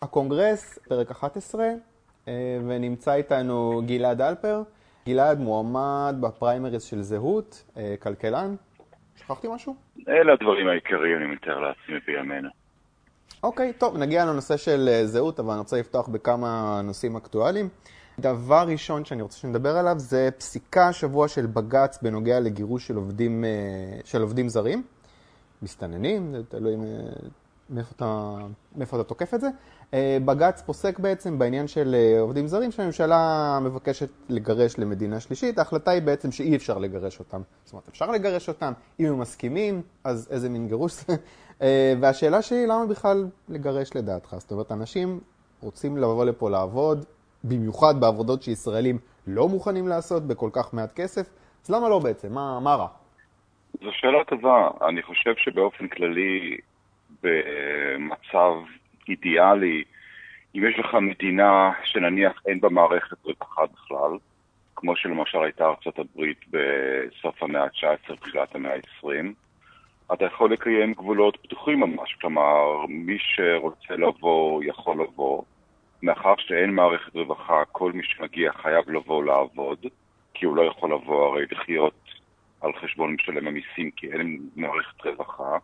הקונגרס, פרק 11, ונמצא איתנו גלעד אלפר. גלעד מועמד בפריימריז של זהות, כלכלן. שכחתי משהו? אלה הדברים העיקריים, אני מתאר לעצמי בימינו. אוקיי, טוב, נגיע לנושא של זהות, אבל אני רוצה לפתוח בכמה נושאים אקטואליים. דבר ראשון שאני רוצה שנדבר עליו זה פסיקה שבוע של בג"ץ בנוגע לגירוש של עובדים זרים. מסתננים, זה תלוי מאיפה אתה תוקף את זה. בג"ץ פוסק בעצם בעניין של עובדים זרים שהממשלה מבקשת לגרש למדינה שלישית. ההחלטה היא בעצם שאי אפשר לגרש אותם. זאת אומרת, אפשר לגרש אותם, אם הם מסכימים, אז איזה מין גירוש זה? והשאלה שלי, למה בכלל לגרש לדעתך? זאת אומרת, אנשים רוצים לבוא לפה לעבוד, במיוחד בעבודות שישראלים לא מוכנים לעשות בכל כך מעט כסף, אז למה לא בעצם? מה רע? זו שאלה טובה. אני חושב שבאופן כללי, במצב אידיאלי, אם יש לך מדינה שנניח אין בה מערכת רווחה בכלל, כמו שלמשל הייתה ארצות הברית בסוף המאה ה-19, תחילת המאה ה-20, אתה יכול לקיים גבולות פתוחים ממש, כלומר, מי שרוצה לבוא יכול לבוא, מאחר שאין מערכת רווחה, כל מי שמגיע חייב לבוא לעבוד, כי הוא לא יכול לבוא הרי לחיות על חשבון משלם המיסים, כי אין מערכת רווחה,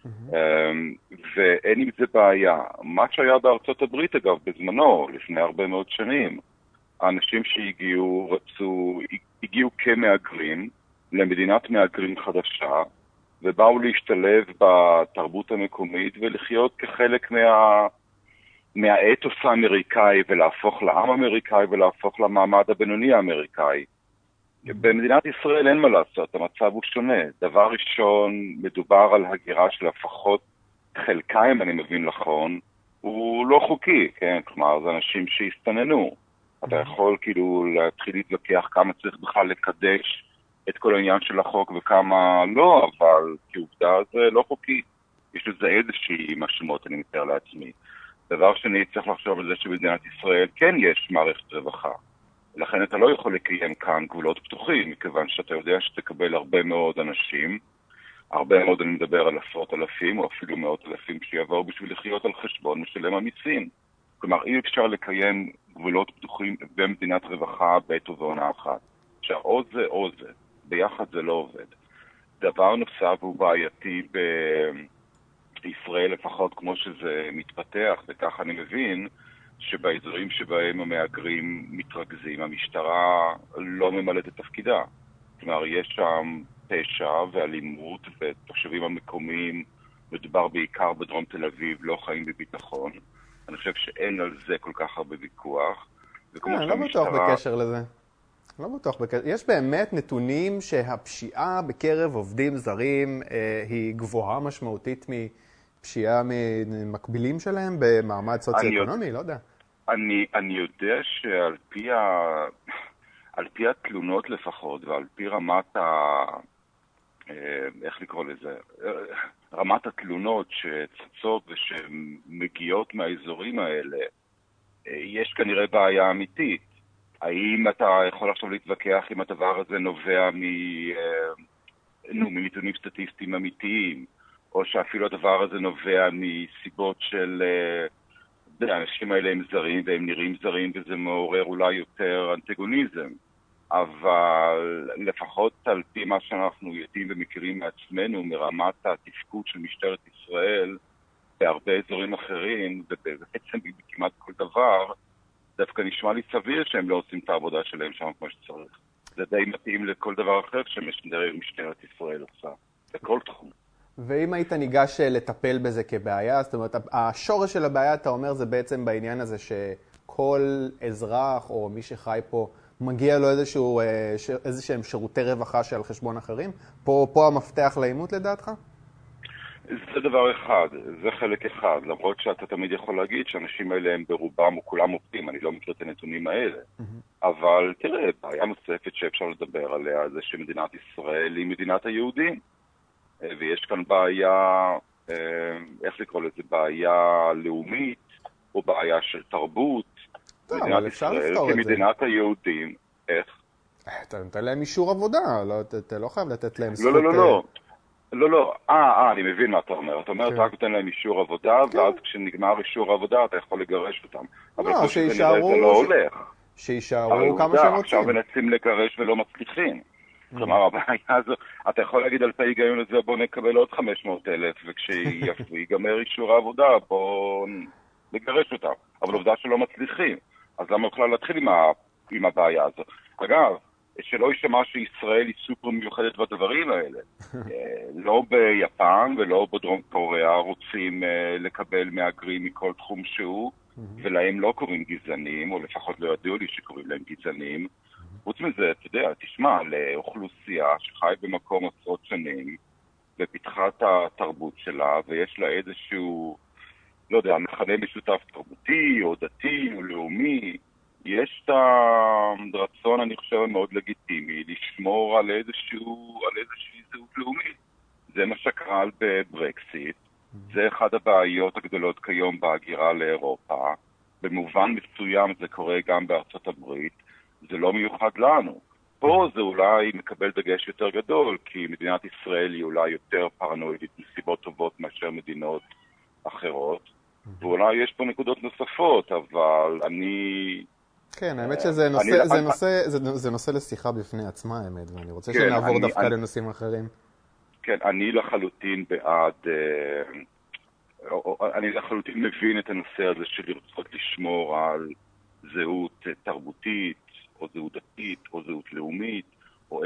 ואין עם זה בעיה. מה שהיה בארצות הברית, אגב, בזמנו, לפני הרבה מאוד שנים, האנשים שהגיעו הגיעו כמהגרים למדינת מהגרים חדשה, ובאו להשתלב בתרבות המקומית ולחיות כחלק מהאתוס האמריקאי ולהפוך לעם אמריקאי ולהפוך למעמד הבינוני האמריקאי. במדינת ישראל אין מה לעשות, המצב הוא שונה. דבר ראשון, מדובר על הגירה של לפחות חלקה, אם אני מבין נכון, הוא לא חוקי, כן? כלומר, זה אנשים שהסתננו. אתה יכול כאילו להתחיל להתווכח כמה צריך בכלל לקדש את כל העניין של החוק וכמה לא, אבל כעובדה זה לא חוקי. יש לזה איזושהי משמעות, אני מתאר לעצמי. דבר שני, צריך לחשוב על זה שבמדינת ישראל כן יש מערכת רווחה. לכן אתה לא יכול לקיים כאן גבולות פתוחים, מכיוון שאתה יודע שתקבל הרבה מאוד אנשים, הרבה מאוד אני מדבר על עשרות אלפים, או אפילו מאות אלפים שיבואו בשביל לחיות על חשבון משלם המיסים. כלומר, אי אפשר לקיים גבולות פתוחים במדינת רווחה בעת ובעונה אחת. או זה או זה. ביחד זה לא עובד. דבר נוסף הוא בעייתי בישראל, לפחות כמו שזה מתפתח, וכך אני מבין, שבאזורים שבהם המהגרים מתרכזים, המשטרה לא ממלאת את תפקידה. כלומר, יש שם פשע ואלימות, ותושבים המקומיים, מדובר בעיקר בדרום תל אביב, לא חיים בביטחון. אני חושב שאין על זה כל כך הרבה ויכוח. לא בטוח בקשר לזה. לא בטוח בקשר. יש באמת נתונים שהפשיעה בקרב עובדים זרים היא גבוהה משמעותית מפשיעה ממקבילים שלהם במעמד סוציו-אקונומי? לא יודע. אני יודע שעל פי התלונות לפחות, ועל פי רמת איך לקרוא לזה? רמת התלונות שצצות ושמגיעות מהאזורים האלה, יש כנראה בעיה אמיתית. האם אתה יכול עכשיו להתווכח אם הדבר הזה נובע מנתונים סטטיסטיים אמיתיים, או שאפילו הדבר הזה נובע מסיבות של האנשים האלה הם זרים והם נראים זרים וזה מעורר אולי יותר אנטגוניזם. אבל לפחות על פי מה שאנחנו יודעים ומכירים מעצמנו מרמת התפקוד של משטרת ישראל בהרבה אזורים אחרים ובעצם כמעט כל דבר, דווקא נשמע לי סביר שהם לא עושים את העבודה שלהם שם כמו שצריך. זה די מתאים לכל דבר אחר שמשטרת ישראל עושה, בכל תחום. ואם היית ניגש לטפל בזה כבעיה, זאת אומרת, השורש של הבעיה, אתה אומר, זה בעצם בעניין הזה שכל אזרח או מי שחי פה מגיע לו איזשהם שירותי רווחה שעל חשבון אחרים? פה המפתח לאימות לדעתך? זה דבר אחד, זה חלק אחד, למרות שאתה תמיד יכול להגיד שאנשים האלה הם ברובם או כולם עובדים, אני לא מכיר את הנתונים האלה. אבל תראה, בעיה נוספת שאפשר לדבר עליה זה שמדינת ישראל היא מדינת היהודים. ויש כאן בעיה, איך לקרוא לזה, בעיה לאומית או בעיה של תרבות. אבל אפשר לפתור את זה. כמדינת היהודים, איך? אתה נותן להם אישור עבודה, אתה לא חייב לתת להם זכות... לא. לא, אני מבין מה אתה אומר. אתה אומר, אתה רק נותן להם אישור עבודה, ואז כשנגמר אישור העבודה, אתה יכול לגרש אותם. אבל פה שכנראה זה לא הולך. שישארו כמה שהם רוצים. עכשיו מנסים לגרש ולא מצליחים. כלומר, הבעיה הזו, אתה יכול להגיד על פי היגיון לזה, בוא נקבל עוד 500,000, וכשיגמר אישור העבודה, בוא נגרש אותם. אבל עובדה שלא מצליחים. אז למה בכלל להתחיל עם הבעיה הזו? אגב, שלא יישמע שישראל היא סופר מיוחדת בדברים האלה. לא ביפן ולא בדרום קוריאה רוצים לקבל מהגרים מכל תחום שהוא, ולהם לא קוראים גזענים, או לפחות לא ידעו לי שקוראים להם גזענים. חוץ מזה, אתה יודע, תשמע, לאוכלוסייה שחי במקום עשרות שנים, בפיתחת התרבות שלה, ויש לה איזשהו, לא יודע, מכנה משותף תרבותי, או דתי, או לאומי, יש את הרצון, אני חושב, מאוד לגיטימי, לשמור על איזושהי זהות לאומית. זה מה שקרה בברקסיט, זה אחד הבעיות הגדולות כיום בהגירה לאירופה, במובן מסוים זה קורה גם בארצות הברית, זה לא מיוחד לנו. פה זה אולי מקבל דגש יותר גדול, כי מדינת ישראל היא אולי יותר פרנואידית מסיבות טובות מאשר מדינות אחרות, ואולי יש פה נקודות נוספות, אבל אני... כן, האמת שזה נושא לשיחה בפני עצמה, האמת, ואני רוצה שנעבור דווקא לנושאים אחרים. כן, אני לחלוטין בעד... אני לחלוטין מבין את הנושא הזה של לרצות לשמור על זהות תרבותית, או זהות דתית, או זהות לאומית, או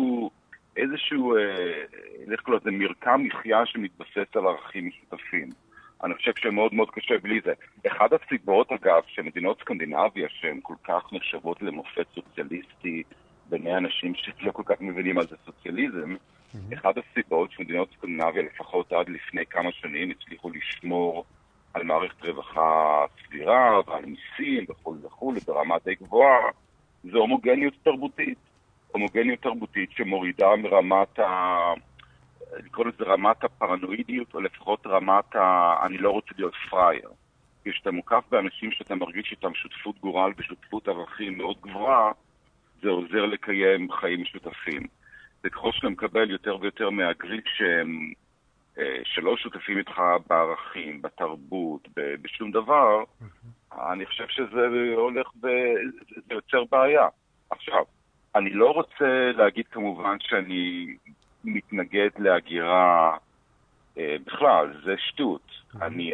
איזשהו זה מרקם מחיה שמתבסס על ערכים משותפים. אני חושב שמאוד מאוד קשה בלי זה. אחד הסיבות, אגב, שמדינות סקנדינביה, שהן כל כך נחשבות למופת סוציאליסטי, ביני אנשים שלא כל כך מבינים מה זה סוציאליזם, אחד הסיבות שמדינות סקנדינביה, לפחות עד לפני כמה שנים, הצליחו לשמור על מערכת רווחה סבירה, ועל מיסים וכו' ברמה די גבוהה, זה הומוגניות תרבותית. הומוגניות תרבותית שמורידה מרמת לקרוא לזה רמת הפרנואידיות, או לפחות רמת אני לא רוצה להיות פרייר. כשאתה מוקף באנשים שאתה מרגיש איתם שותפות גורל ושותפות ערכים מאוד גבוהה, זה עוזר לקיים חיים משותפים. וככל שאתה מקבל יותר ויותר מהגרים שהם שלא שותפים איתך בערכים, בתרבות, בשום דבר, אני חושב שזה הולך זה יוצר בעיה. עכשיו, אני לא רוצה להגיד כמובן שאני מתנגד להגירה בכלל, זה שטות. אני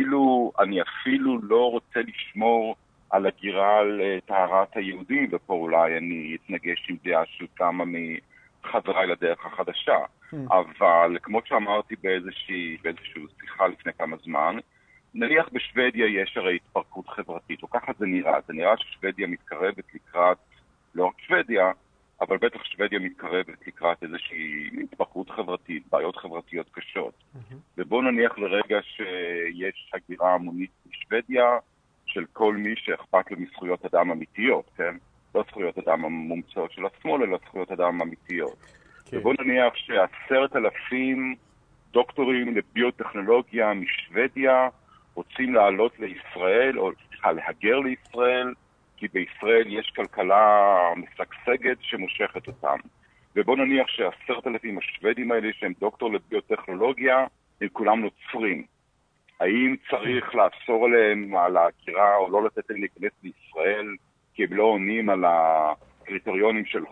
אפילו לא רוצה לשמור על הגירה על טהרת היהודים, ופה אולי אני אתנגש עם דעה של כמה מחבריי לדרך החדשה. אבל כמו שאמרתי באיזושהי שיחה לפני כמה זמן, נניח בשוודיה יש הרי התפרקות חברתית, או ככה זה נראה. זה נראה ששוודיה מתקרבת לקראת, לא רק שוודיה, אבל בטח שוודיה מתקרבת לקראת איזושהי התפרקות חברתית, בעיות חברתיות קשות. ובוא נניח לרגע שיש הגירה המונית בשוודיה של כל מי שאכפת לו מזכויות אדם אמיתיות, כן? לא זכויות אדם המומצאות של השמאל, אלא זכויות אדם אמיתיות. כן. ובוא נניח ש10,000 דוקטורים לביוטכנולוגיה משוודיה רוצים לעלות לישראל, או להגר לישראל, כי בישראל יש כלכלה משגשגת שמושכת אותם. ובוא נניח ש10,000 השוודים האלה שהם דוקטור לביוטכנולוגיה, הם כולם נוצרים. האם צריך לאסור עליהם על ההגירה או לא לתת להם להיכנס לישראל, כי הם לא עונים על הקריטריונים של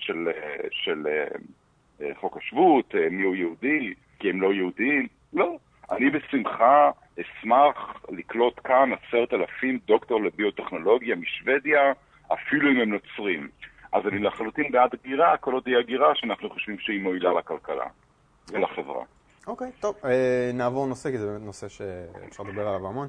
חוק השבות, מי הוא יהודי, כי הם לא יהודים? לא. אני בשמחה אשמח לקלוט כאן 10,000 דוקטור לביוטכנולוגיה משוודיה, אפילו אם הם נוצרים. אז אני לחלוטין בעד הגירה, כל עוד היא הגירה שאנחנו חושבים שהיא מועילה לכלכלה ולחברה. אוקיי, טוב. נעבור נושא, כי זה באמת נושא שאפשר לדבר עליו המון.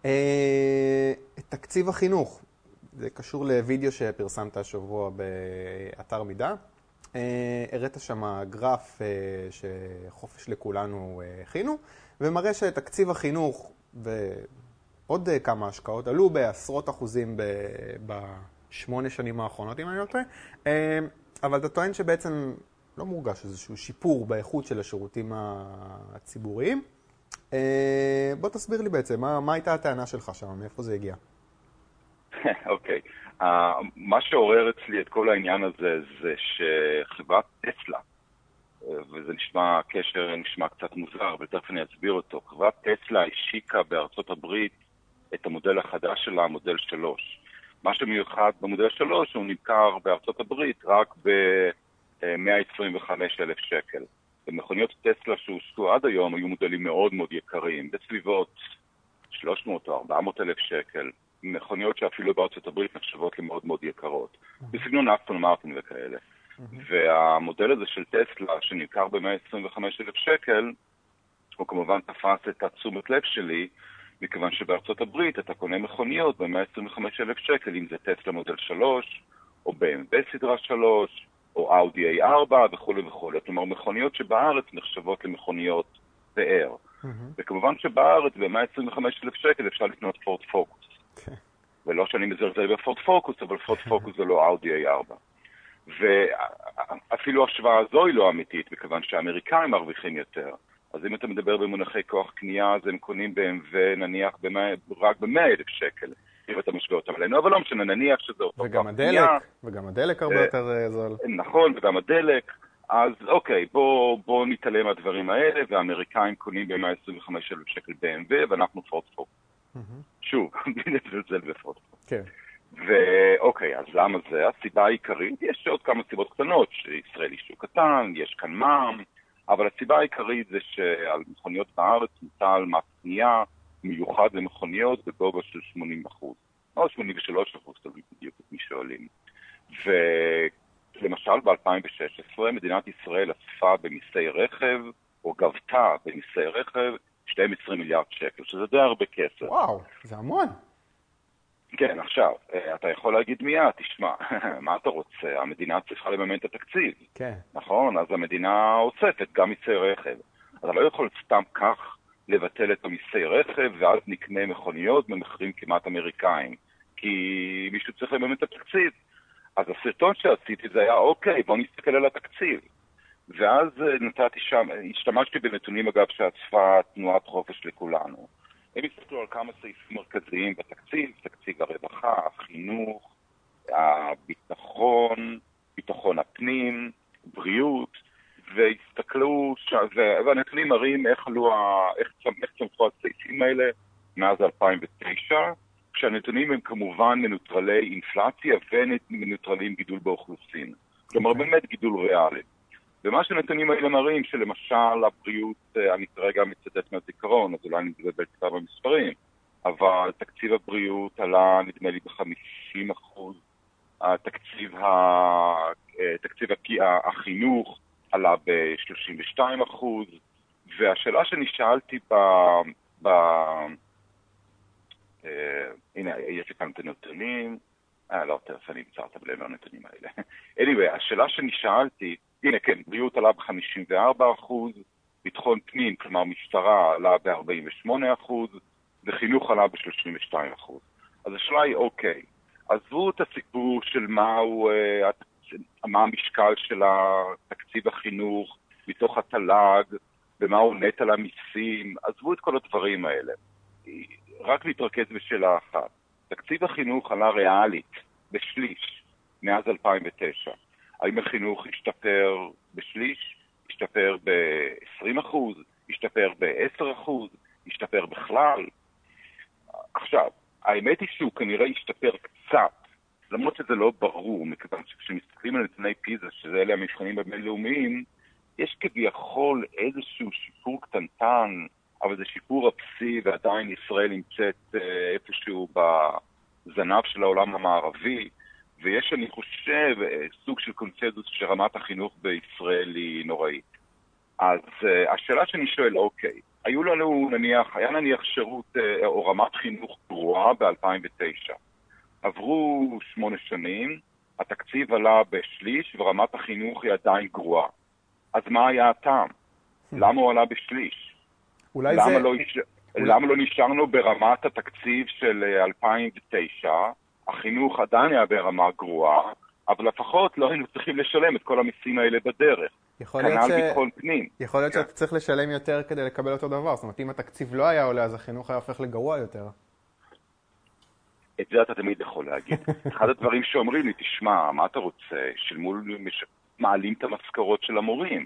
תקציב החינוך. זה קשור לוידאו שפרסמת השבוע באתר מידע. הראת שם גרף שחופש לכולנו הכינו, ומראה שתקציב החינוך ועוד כמה השקעות עלו בעשרות אחוזים ב8 שנים האחרונות, אם אני לא טועה. אבל אתה טוען שבעצם לא מורגש איזשהו שיפור באיכות של השירותים הציבוריים. בוא תסביר לי בעצם, מה הייתה הטענה שלך שם, מאיפה זה הגיע? אוקיי. מה שעורר אצלי את כל העניין הזה זה שחברת טסלה וזה נשמע, קשר נשמע קצת מוזר, ותכף אני אסביר אותו. חברת טסלה השיקה בארצות הברית את המודל החדש שלה, המודל 3. מה שמיוחד במודל 3 הוא נמכר בארצות הברית רק ב-125,000 שקל. במכוניות טסלה שהושקו עד היום היו מודלים מאוד מאוד יקרים, בסביבות 300 או 400,000 שקל. מכוניות שאפילו בארצות הברית נחשבות למאוד מאוד יקרות. בסגנון אסטון מרטין וכאלה. והמודל הזה של טסלה שנמכר ב-125,000 שקל, הוא כמובן תפס את התשומת לב שלי, מכיוון שבארצות הברית אתה קונה מכוניות ב-125,000 שקל, אם זה טסלה מודל 3, או BMW סדרה 3, או אאודי A4 וכו' וכו'. כלומר, מכוניות שבארץ נחשבות למכוניות פאר. וכמובן שבארץ ב-125,000 שקל אפשר לקנות פורד פוקוס. ולא שאני מזלזל בפורד פוקוס, אבל פורד פוקוס זה לא אאודי A4. ואפילו השוואה הזו היא לא אמיתית, מכיוון שהאמריקאים מרוויחים יותר. אז אם אתה מדבר במונחי כוח קנייה, אז הם קונים BMW נניח רק ב-100,000 שקל, אם אתה משווה אותם עלינו, אבל לא משנה, נניח שזה אותו כוח קנייה. וגם הדלק הרבה יותר זול. נכון, וגם הדלק. אז אוקיי, בוא נתעלם מהדברים האלה, והאמריקאים קונים ב-125,000 שקל BMW, ואנחנו פורד פוקוס. שוב, בלי לזלזל בפורד פוקוס. כן. ואוקיי, אז למה זה? הסיבה העיקרית, יש עוד כמה סיבות קטנות, שישראל היא שוק קטן, יש כאן מע"מ, אבל הסיבה העיקרית זה שעל מכוניות בארץ מוטל מס קנייה מיוחד למכוניות בגובה של 80%, או 83%, תלוי בדיוק את מי שואלים. ולמשל ב-2016 מדינת ישראל אספה במיסי רכב, או גבתה במיסי רכב, 12 מיליארד שקל, שזה די הרבה כסף. וואו, זה המון. כן, עכשיו, אתה יכול להגיד מיד, תשמע, מה אתה רוצה? המדינה צריכה לממן את התקציב. כן. נכון? אז המדינה אוספת גם מיסי רכב. אתה לא יכול סתם כך לבטל את המיסי רכב, ואז נקנה מכוניות במחירים כמעט אמריקאים. כי מישהו צריך לממן את התקציב. אז הסרטון שעשיתי זה היה, אוקיי, בוא נסתכל על התקציב. ואז השתמשתי בנתונים, אגב, שאספה תנועת חופש לכולנו. הם הסתכלו על כמה סעיפים מרכזיים בתקציב, תקציב הרווחה, החינוך, הביטחון, ביטחון הפנים, בריאות, והסתכלו, והנתונים מראים איך צמחו הסעיפים האלה מאז 2009, כשהנתונים הם כמובן מנוטרלי אינפלציה ומנוטרלים גידול באוכלוסין. כלומר, באמת גידול ריאלי. ומה שהנתונים האלה מראים, שלמשל הבריאות, אני כרגע מצטט מהזיכרון, אז אולי אני מדבר קצת במספרים, אבל תקציב הבריאות עלה, נדמה לי, ב-50%, תקציב החינוך עלה ב-32%, והשאלה שאני שאלתי הנה, יש לי כאן את הנתונים, לא, תכף אני אמצא אותם להם הנתונים האלה. anyway, השאלה שאני שאלתי, הנה כן, בריאות עלה ב-54%, ביטחון פנים, כלומר משטרה, עלה ב-48%, וחינוך עלה ב-32%. אז השאלה היא, אוקיי, עזבו את הסיפור של מה המשקל של תקציב החינוך, מתוך התל"ג, ומה הוא נטל המיסים, עזבו את כל הדברים האלה. רק להתרכז בשאלה אחת. תקציב החינוך עלה ריאלית, בשליש, מאז 2009. האם החינוך השתפר בשליש, השתפר ב-20%, השתפר ב-10%, השתפר בכלל? עכשיו, האמת היא שהוא כנראה השתפר קצת, למרות שזה לא ברור, מכיוון שכשמסתכלים על נתוני פיזה, שזה אלה המבחנים הבינלאומיים, יש כביכול איזשהו שיפור קטנטן, אבל זה שיפור אפסי, ועדיין ישראל נמצאת איפשהו בזנב של העולם המערבי, ויש, אני חושב, סוג של קונצנזוס שרמת החינוך בישראל היא נוראית. אז השאלה שאני שואל, אוקיי, היה נניח שירות או רמת חינוך גרועה ב-2009. עברו 8 שנים, התקציב עלה בשליש, ורמת החינוך היא עדיין גרועה. אז מה היה הטעם? למה הוא עלה בשליש? למה לא נשארנו ברמת התקציב של 2009? החינוך עדיין היה ברמה גרועה, אבל לפחות לא היינו צריכים לשלם את כל המיסים האלה בדרך. כנ"ל ביטחון פנים. יכול להיות שאתה צריך לשלם יותר כדי לקבל אותו דבר. זאת אומרת, אם התקציב לא היה עולה, אז החינוך היה הופך לגרוע יותר. את זה אתה תמיד יכול להגיד. אחד הדברים שאומרים לי, תשמע, מה אתה רוצה? מעלים את המשכורות של המורים.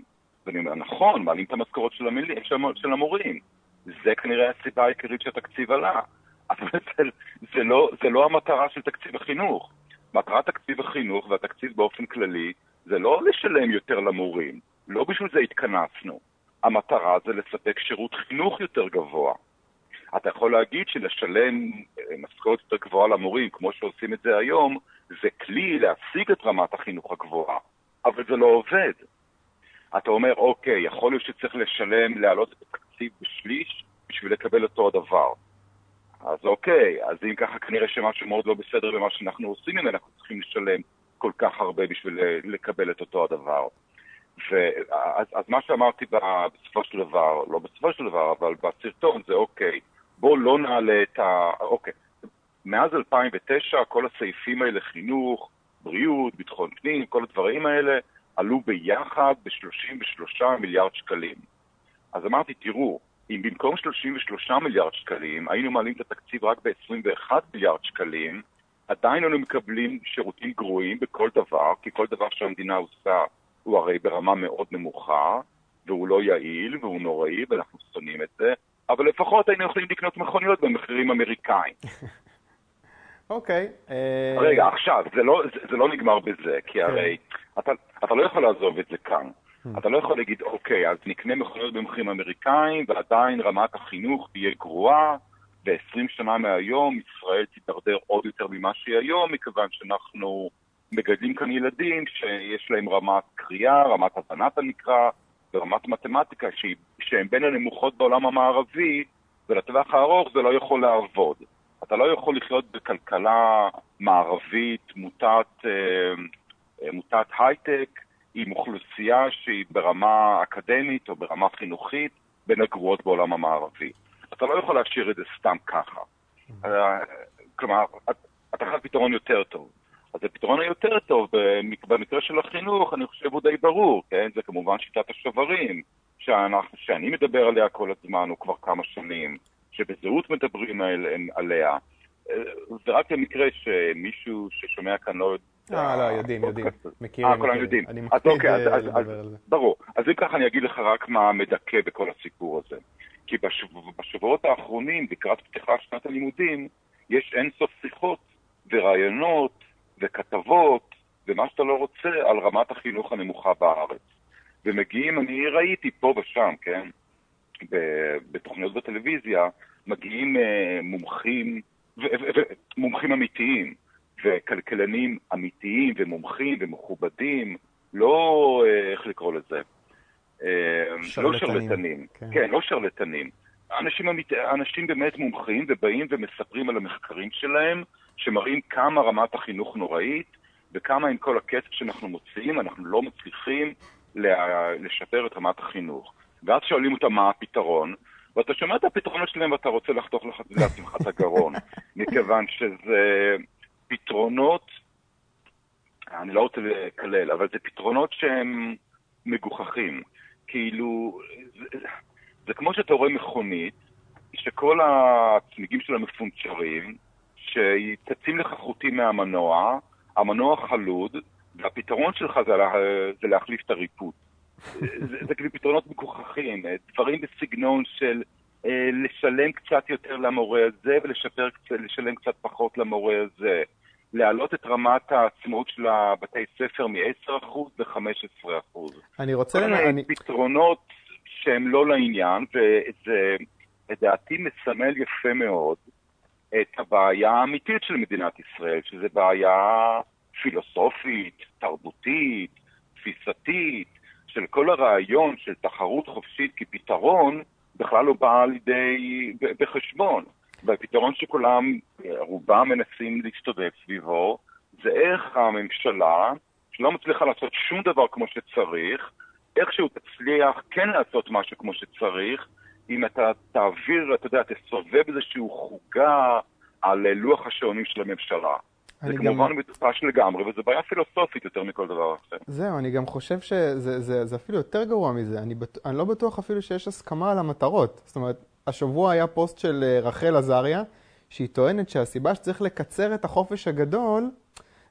ואני אומר, נכון, מעלים את המשכורות של המורים. זה כנראה הסיבה העיקרית שהתקציב עלה. אבל זה לא המטרה של תקציב החינוך. מטרת תקציב החינוך והתקציב באופן כללי זה לא לשלם יותר למורים. לא בשביל זה התכנסנו. המטרה זה לספק שירות חינוך יותר גבוה. אתה יכול להגיד שלשלם משכורת יותר גבוהה למורים, כמו שעושים את זה היום, זה כלי להשיג את רמת החינוך הגבוהה. אבל זה לא עובד. אתה אומר, אוקיי, יכול להיות שצריך להעלות את התקציב בשליש בשביל לקבל אותו הדבר. אז אוקיי, אז אם ככה כנראה שמשהו מאוד לא בסדר במה שאנחנו עושים, אם אנחנו צריכים לשלם כל כך הרבה בשביל לקבל את אותו הדבר. אז מה שאמרתי בסופו של דבר, לא בסופו של דבר, אבל בסרטון זה אוקיי, בוא לא נעלה את אוקיי, מאז 2009 כל הסעיפים האלה, חינוך, בריאות, ביטחון פנים, כל הדברים האלה, עלו ביחד ב-33 מיליארד שקלים. אז אמרתי, תראו, אם במקום 33 מיליארד שקלים היינו מעלים את התקציב רק ב-21 מיליארד שקלים, עדיין היינו מקבלים שירותים גרועים בכל דבר, כי כל דבר שהמדינה עושה הוא הרי ברמה מאוד נמוכה, והוא לא יעיל והוא נוראי, ואנחנו שונאים את זה, אבל לפחות היינו יכולים לקנות מכוניות במחירים אמריקאים. אוקיי. רגע, עכשיו, זה לא נגמר בזה, כי הרי אתה לא יכול לעזוב את זה כאן. אתה לא יכול להגיד, אוקיי, אז נקנה מכוניות במחירים אמריקאים, ועדיין רמת החינוך תהיה גרועה, ו-20 שנה מהיום ישראל תתדרדר עוד יותר ממה שהיא היום, מכיוון שאנחנו מגדלים כאן ילדים שיש להם רמת קריאה, רמת הבנת הנקרא, ורמת מתמטיקה, שהן בין הנמוכות בעולם המערבי, ולטווח הארוך זה לא יכול לעבוד. אתה לא יכול לחיות בכלכלה מערבית, מוטת הייטק, עם אוכלוסייה שהיא ברמה אקדמית או ברמה חינוכית, בין הגרועות בעולם המערבי. אתה לא יכול להשאיר את זה סתם ככה. כלומר, אתה חייב פתרון יותר טוב. אז הפתרון היותר טוב, במקרה של החינוך, אני חושב הוא די ברור, כן? זה כמובן שיטת השוברים, שאני מדבר עליה כל הזמן, או כבר כמה שנים, שבזהות מדברים עליה. ורק למקרה שמישהו ששומע כאן לא יודעים, מכירים. כולם יודעים. אני מקפיד לדבר על זה. ברור. אז אם ככה אני אגיד לך רק מה מדכא בכל הסיפור הזה. כי בשבועות האחרונים, לקראת פתיחת שנת הלימודים, יש אינסוף שיחות ורעיונות וכתבות ומה שאתה לא רוצה על רמת החינוך הנמוכה בארץ. ומגיעים, אני ראיתי פה ושם, כן? בתוכניות בטלוויזיה, מגיעים מומחים אמיתיים, וכלכלנים אמיתיים ומומחים ומכובדים, לא, איך לקרוא לזה? לא שרלטנים. כן, לא שרלטנים. אנשים באמת מומחים ובאים ומספרים על המחקרים שלהם, שמראים כמה רמת החינוך נוראית, וכמה עם כל הכסף שאנחנו מוציאים, אנחנו לא מצליחים לשפר את רמת החינוך. ואז שואלים אותם מה הפתרון, ואתה שומע את הפתרונות שלהם ואתה רוצה לחתוך לעצמך את הגרון, מכיוון שזה פתרונות, אני לא רוצה לקלל, אבל זה פתרונות שהם מגוחכים. כאילו, זה כמו שאתה רואה מכונית, שכל הצמיגים שלה מפונצ'רים, שתצאים לך חוטים מהמנוע, המנוע חלוד, והפתרון שלך זה להחליף את הריפוד. זה כאילו פתרונות מגוחכים, דברים בסגנון של לשלם קצת יותר למורה הזה ולשלם קצת פחות למורה הזה. להעלות את רמת העצמאות של הבתי ספר מ-10% ל-15%. אני רוצה... פתרונות שהם לא לעניין, וזה לדעתי מסמל יפה מאוד את הבעיה האמיתית של מדינת ישראל, שזה בעיה פילוסופית, תרבותית, תפיסתית, של כל הרעיון של תחרות חופשית כפתרון, בכלל לא בא לידי בחשבון. והפתרון שכולם, רובם מנסים להסתובב סביבו, זה איך הממשלה, שלא מצליחה לעשות שום דבר כמו שצריך, איכשהו תצליח כן לעשות משהו כמו שצריך, אם אתה תעביר, אתה יודע, תסובב איזשהו חוגה על לוח השעונים של הממשלה. זה כמובן מטופש לגמרי, וזו בעיה פילוסופית יותר מכל דבר אחר. זהו, אני גם חושב שזה אפילו יותר גרוע מזה. אני לא בטוח אפילו שיש הסכמה על המטרות. זאת אומרת, השבוע היה פוסט של רחל עזריה, שהיא טוענת שהסיבה שצריך לקצר את החופש הגדול,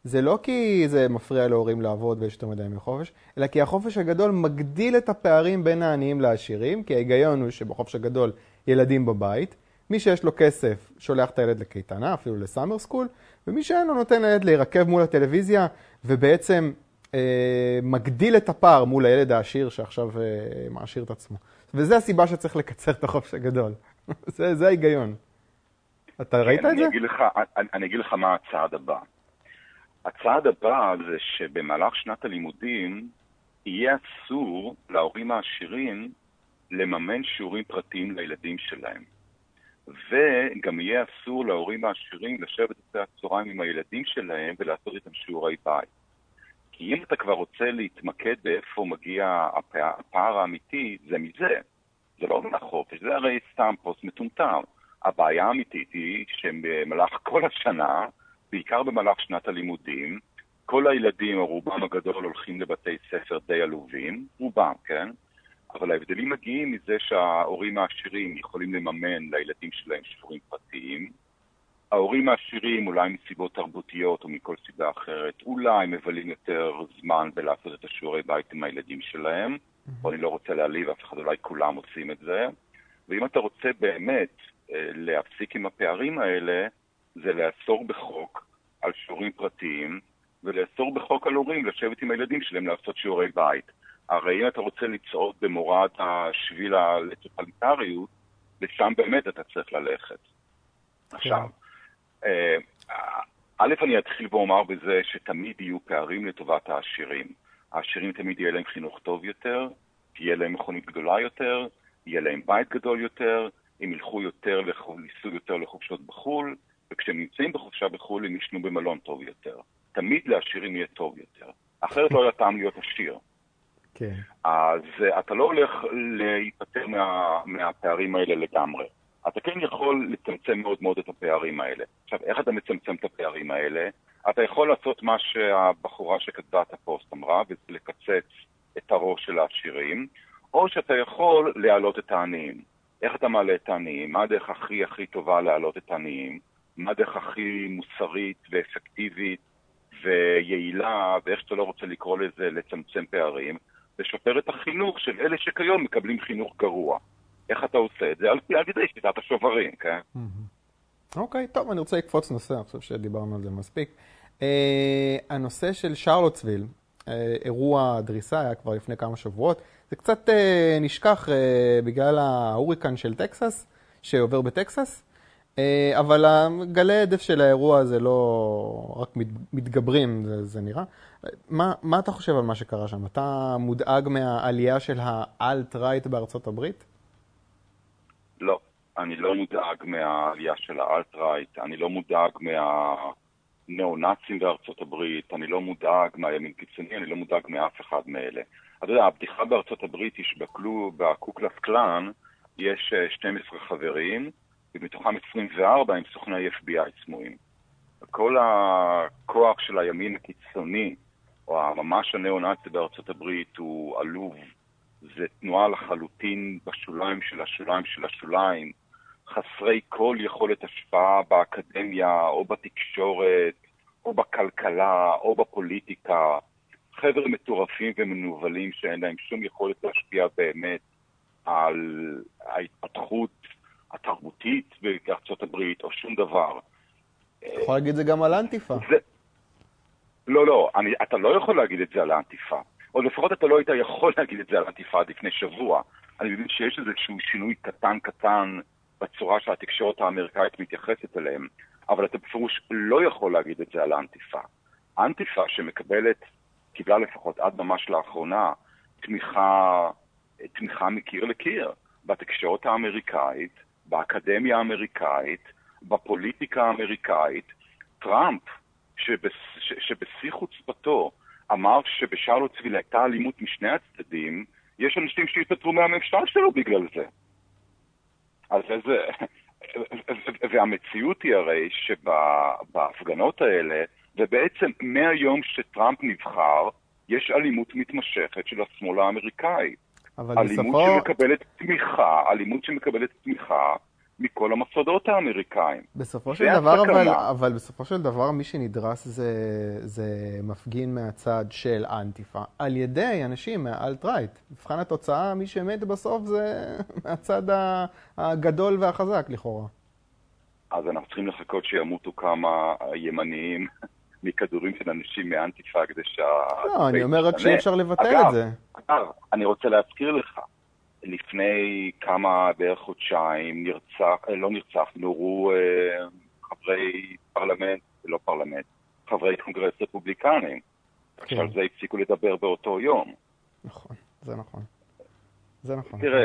זה לא כי זה מפריע להורים לעבוד ויש יותר מדי מחופש, אלא כי החופש הגדול מגדיל את הפערים בין העניים לעשירים, כי ההיגיון הוא שבחופש הגדול ילדים בבית, מי שיש לו כסף שולח את הילד לקייטנה, אפילו לסאמר סקול, ומי שאין לו נותן לילד להירקב מול הטלוויזיה, ובעצם מגדיל את הפער מול הילד העשיר שעכשיו מעשיר את עצמו. וזה הסיבה שצריך לקצר את החופש הגדול. זה ההיגיון. אתה ראית את זה? אני אגיד לך מה הצעד הבא. הצעד הבא זה שבמהלך שנת הלימודים יהיה אסור להורים העשירים לממן שיעורים פרטיים לילדים שלהם. וגם יהיה אסור להורים העשירים לשבת אחרי הצהריים עם הילדים שלהם ולעשות איתם שיעורי בית. כי אם אתה כבר רוצה להתמקד באיפה מגיע הפער האמיתי, זה מזה. זה לא מהחופש, זה הרי סתם פוסט מטומטם. הבעיה האמיתית היא שבמהלך כל השנה, בעיקר במהלך שנת הלימודים, כל הילדים, או רובם הגדול, הולכים לבתי ספר די עלובים, רובם, כן? אבל ההבדלים מגיעים מזה שההורים העשירים יכולים לממן לילדים שלהם שיעורים פרטיים. ההורים העשירים, אולי מסיבות תרבותיות או מכל סיבה אחרת, אולי מבלים יותר זמן בלעשות את השיעורי בית עם הילדים שלהם. אני לא רוצה להעליב, אף אחד, אולי כולם עושים את זה. ואם אתה רוצה באמת להפסיק עם הפערים האלה, זה לאסור בחוק על שיעורים פרטיים, ולאסור בחוק על הורים לשבת עם הילדים שלהם לעשות שיעורי בית. הרי אם אתה רוצה לצעוד במורד השביל לטוטליטריות, לשם באמת אתה צריך ללכת. עכשיו, א', אני אתחיל ואומר בזה שתמיד יהיו פערים לטובת העשירים. העשירים תמיד יהיה להם חינוך טוב יותר, תהיה להם מכונית גדולה יותר, יהיה להם בית גדול יותר, הם ילכו יותר, ייסעו יותר לחופשות בחול, וכשהם נמצאים בחופשה בחול הם ישנו במלון טוב יותר. תמיד לעשירים יהיה טוב יותר. אחרת לא היה טעם להיות עשיר. כן. אז אתה לא הולך להיפטר מהפערים האלה לגמרי. אתה כן יכול לצמצם מאוד מאוד את הפערים האלה. עכשיו, איך אתה מצמצם את הפערים האלה? אתה יכול לעשות מה שהבחורה שכתבה את הפוסט אמרה, וזה לקצץ את הראש של העשירים, או שאתה יכול להעלות את העניים. איך אתה מעלה את העניים? מה הדרך הכי טובה להעלות את העניים? מה הדרך הכי מוסרית ואפקטיבית ויעילה, ואיך שאתה לא רוצה לקרוא לזה, לצמצם פערים, לשפר את החינוך של אלה שכיום מקבלים חינוך גרוע. איך אתה עושה את זה? על ידי שיטת השוברים, כן? אוקיי, טוב, אני רוצה לקפוץ נושא, אני חושב שדיברנו על זה מספיק. הנושא של שרלוטסוויל, אירוע דריסה, היה כבר לפני כמה שבועות. זה קצת נשכח בגלל ההוריקן של טקסס, שעובר בטקסס, אבל גלי העדף של האירוע הזה לא רק מתגברים, זה נראה. מה אתה חושב על מה שקרה שם? אתה מודאג מהעלייה של האלט-רייט בארצות הברית? לא, אני לא מודאג מהעלייה של האלט-רייט, אני לא מודאג מהניאו-נאצים בארצות הברית, אני לא מודאג מהימין קיצוני, אני לא מודאג מאף אחד מאלה. אתה יודע, הבדיחה בארצות הברית היא שבקלו בקוקלס קלאן יש 12 חברים, ומתוכם 24 עם סוכני FBI סמויים. כל הכוח של הימין הקיצוני, או ממש הניאו-נאצי בארצות הברית, הוא עלוב. זה תנועה לחלוטין בשוליים של השוליים של השוליים, חסרי כל יכולת השפעה באקדמיה, או בתקשורת, או בכלכלה, או בפוליטיקה. חבר מטורפים ומנובלים שאין להם שום יכולת להשפיע באמת על ההתפתחות התרבותית בארצות הברית, או שום דבר. יכול להגיד זה גם על אנטיפה. לא, אתה לא יכול להגיד את זה על האנטיפה. או לפחות אתה לא היית יכול להגיד את זה על אנטיפה עד לפני שבוע. אני מבין שיש איזשהו שינוי קטן בצורה שהתקשורת האמריקאית מתייחסת אליהם, אבל אתה בפירוש לא יכול להגיד את זה על האנטיפה. האנטיפה קיבלה לפחות עד ממש לאחרונה, תמיכה מקיר לקיר, בתקשורת האמריקאית, באקדמיה האמריקאית, בפוליטיקה האמריקאית. טראמפ, שבשיא חוצפתו, אמר שבשרלוטסוויל הייתה אלימות משני הצדדים, יש אנשים שהתפטרו מהממשל שלו בגלל זה. אז והמציאות היא הרי שבהפגנות האלה, ובעצם מהיום שטראמפ נבחר, יש אלימות מתמשכת של השמאל האמריקאי. אלימות שמקבלת תמיכה מכל המוסדות האמריקאים. בסופו של דבר, אבל בסופו של דבר מי שנדרס זה מפגין מהצד של אנטיפה, על ידי אנשים מהאלט-רייט. מבחן התוצאה, מי שמת בסוף זה מהצד הגדול והחזק לכאורה. אז אנחנו צריכים לחכות שימותו כמה ימניים מכדורים של אנשים מאנטיפה כדי לא, אני אומר רק שאי אפשר לבטל את זה. אגב, אני רוצה להזכיר לך, לפני כמה בערך חודשיים נורו חברי פרלמנט, לא פרלמנט, חברי קונגרס רפובליקנים. עכשיו זה הפסיקו לדבר באותו יום. נכון, זה נכון. זה נכון. תראה,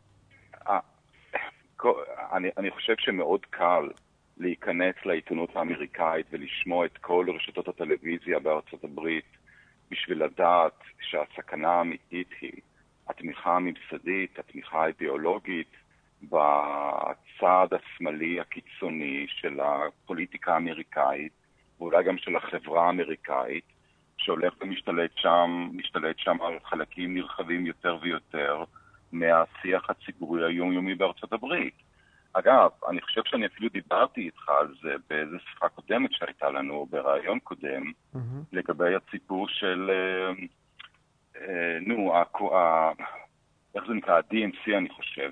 אני חושב שמאוד קל להיכנס לעיתונות האמריקאית ולשמוע את כל רשתות הטלוויזיה בארצות הברית בשביל לדעת שהסכנה האמיתית היא התמיכה הממסדית, התמיכה האידיאולוגית בצד השמאלי הקיצוני של הפוליטיקה האמריקאית, ואולי גם של החברה האמריקאית, שהולך ומשתלט שם על חלקים נרחבים יותר ויותר מהשיח הציבורי היומיומי בארצות הברית. אגב, אני חושב שאני אפילו דיברתי איתך על זה באיזו שיחה קודמת שהייתה לנו, ברעיון קודם, לגבי הציבור של, איך זה נקרא? ה-DNC אני חושב.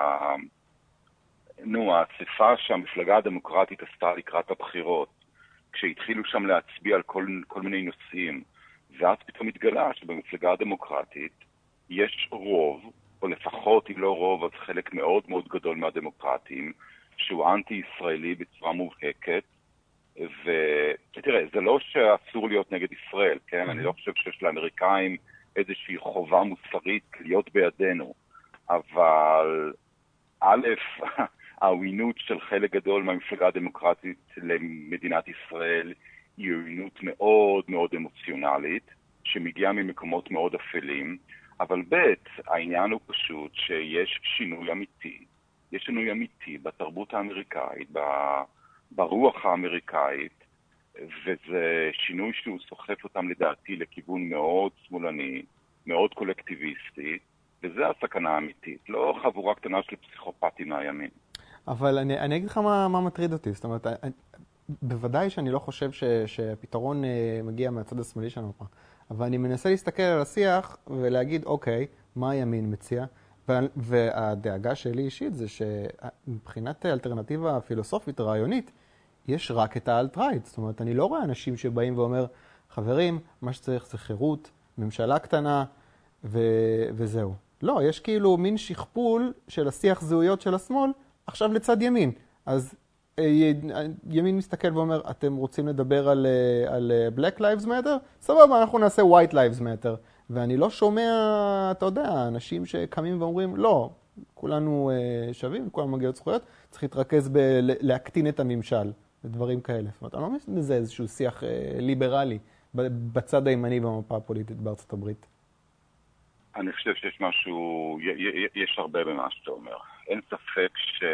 האספה שהמפלגה הדמוקרטית עשתה לקראת הבחירות, כשהתחילו שם להצביע על כל מיני נושאים, ואז פתאום התגלה שבמפלגה הדמוקרטית יש רוב, או לפחות אם לא רוב, אז חלק מאוד מאוד גדול מהדמוקרטים, שהוא אנטי-ישראלי בצורה מובהקת, ותראה, זה לא שאסור להיות נגד ישראל, כן? אני לא חושב שיש לאמריקאים איזושהי חובה מוסרית להיות בידינו, אבל א', העוינות של חלק גדול מהמפלגה הדמוקרטית למדינת ישראל היא עוינות מאוד מאוד אמוציונלית, שמגיעה ממקומות מאוד אפלים, אבל ב', העניין הוא פשוט שיש שינוי אמיתי. יש שינוי אמיתי בתרבות האמריקאית, ברוח האמריקאית, וזה שינוי שהוא סוחף אותם לדעתי לכיוון מאוד שמאלני, מאוד קולקטיביסטי, וזה הסכנה האמיתית, לא חבורה קטנה של פסיכופטים מהימין. אבל אני אגיד לך מה מטריד אותי, זאת אומרת, בוודאי שאני לא חושב שהפתרון מגיע מהצד השמאלי שלנו פה, אבל אני מנסה להסתכל על השיח ולהגיד, אוקיי, מה הימין מציע? והדאגה שלי אישית זה שמבחינת אלטרנטיבה פילוסופית, רעיונית, יש רק את האלט-רייט. זאת אומרת, אני לא רואה אנשים שבאים ואומר, חברים, מה שצריך זה חירות, ממשלה קטנה, וזהו. לא, יש כאילו מין שכפול של השיח זהויות של השמאל, עכשיו לצד ימין. אז ימין מסתכל ואומר, אתם רוצים לדבר על Black Lives Matter? סבבה, אנחנו נעשה White Lives Matter. ואני לא שומע, אתה יודע, אנשים שקמים ואומרים, לא, כולנו שווים, כולנו מגיעות זכויות, צריך להתרכז להקטין את הממשל, ודברים כאלה. זאת אומרת, אני לא מבין לזה איזשהו שיח ליברלי בצד הימני במפה הפוליטית בארצות הברית. אני חושב שיש משהו, יש הרבה במה שאתה אומר. אין ספק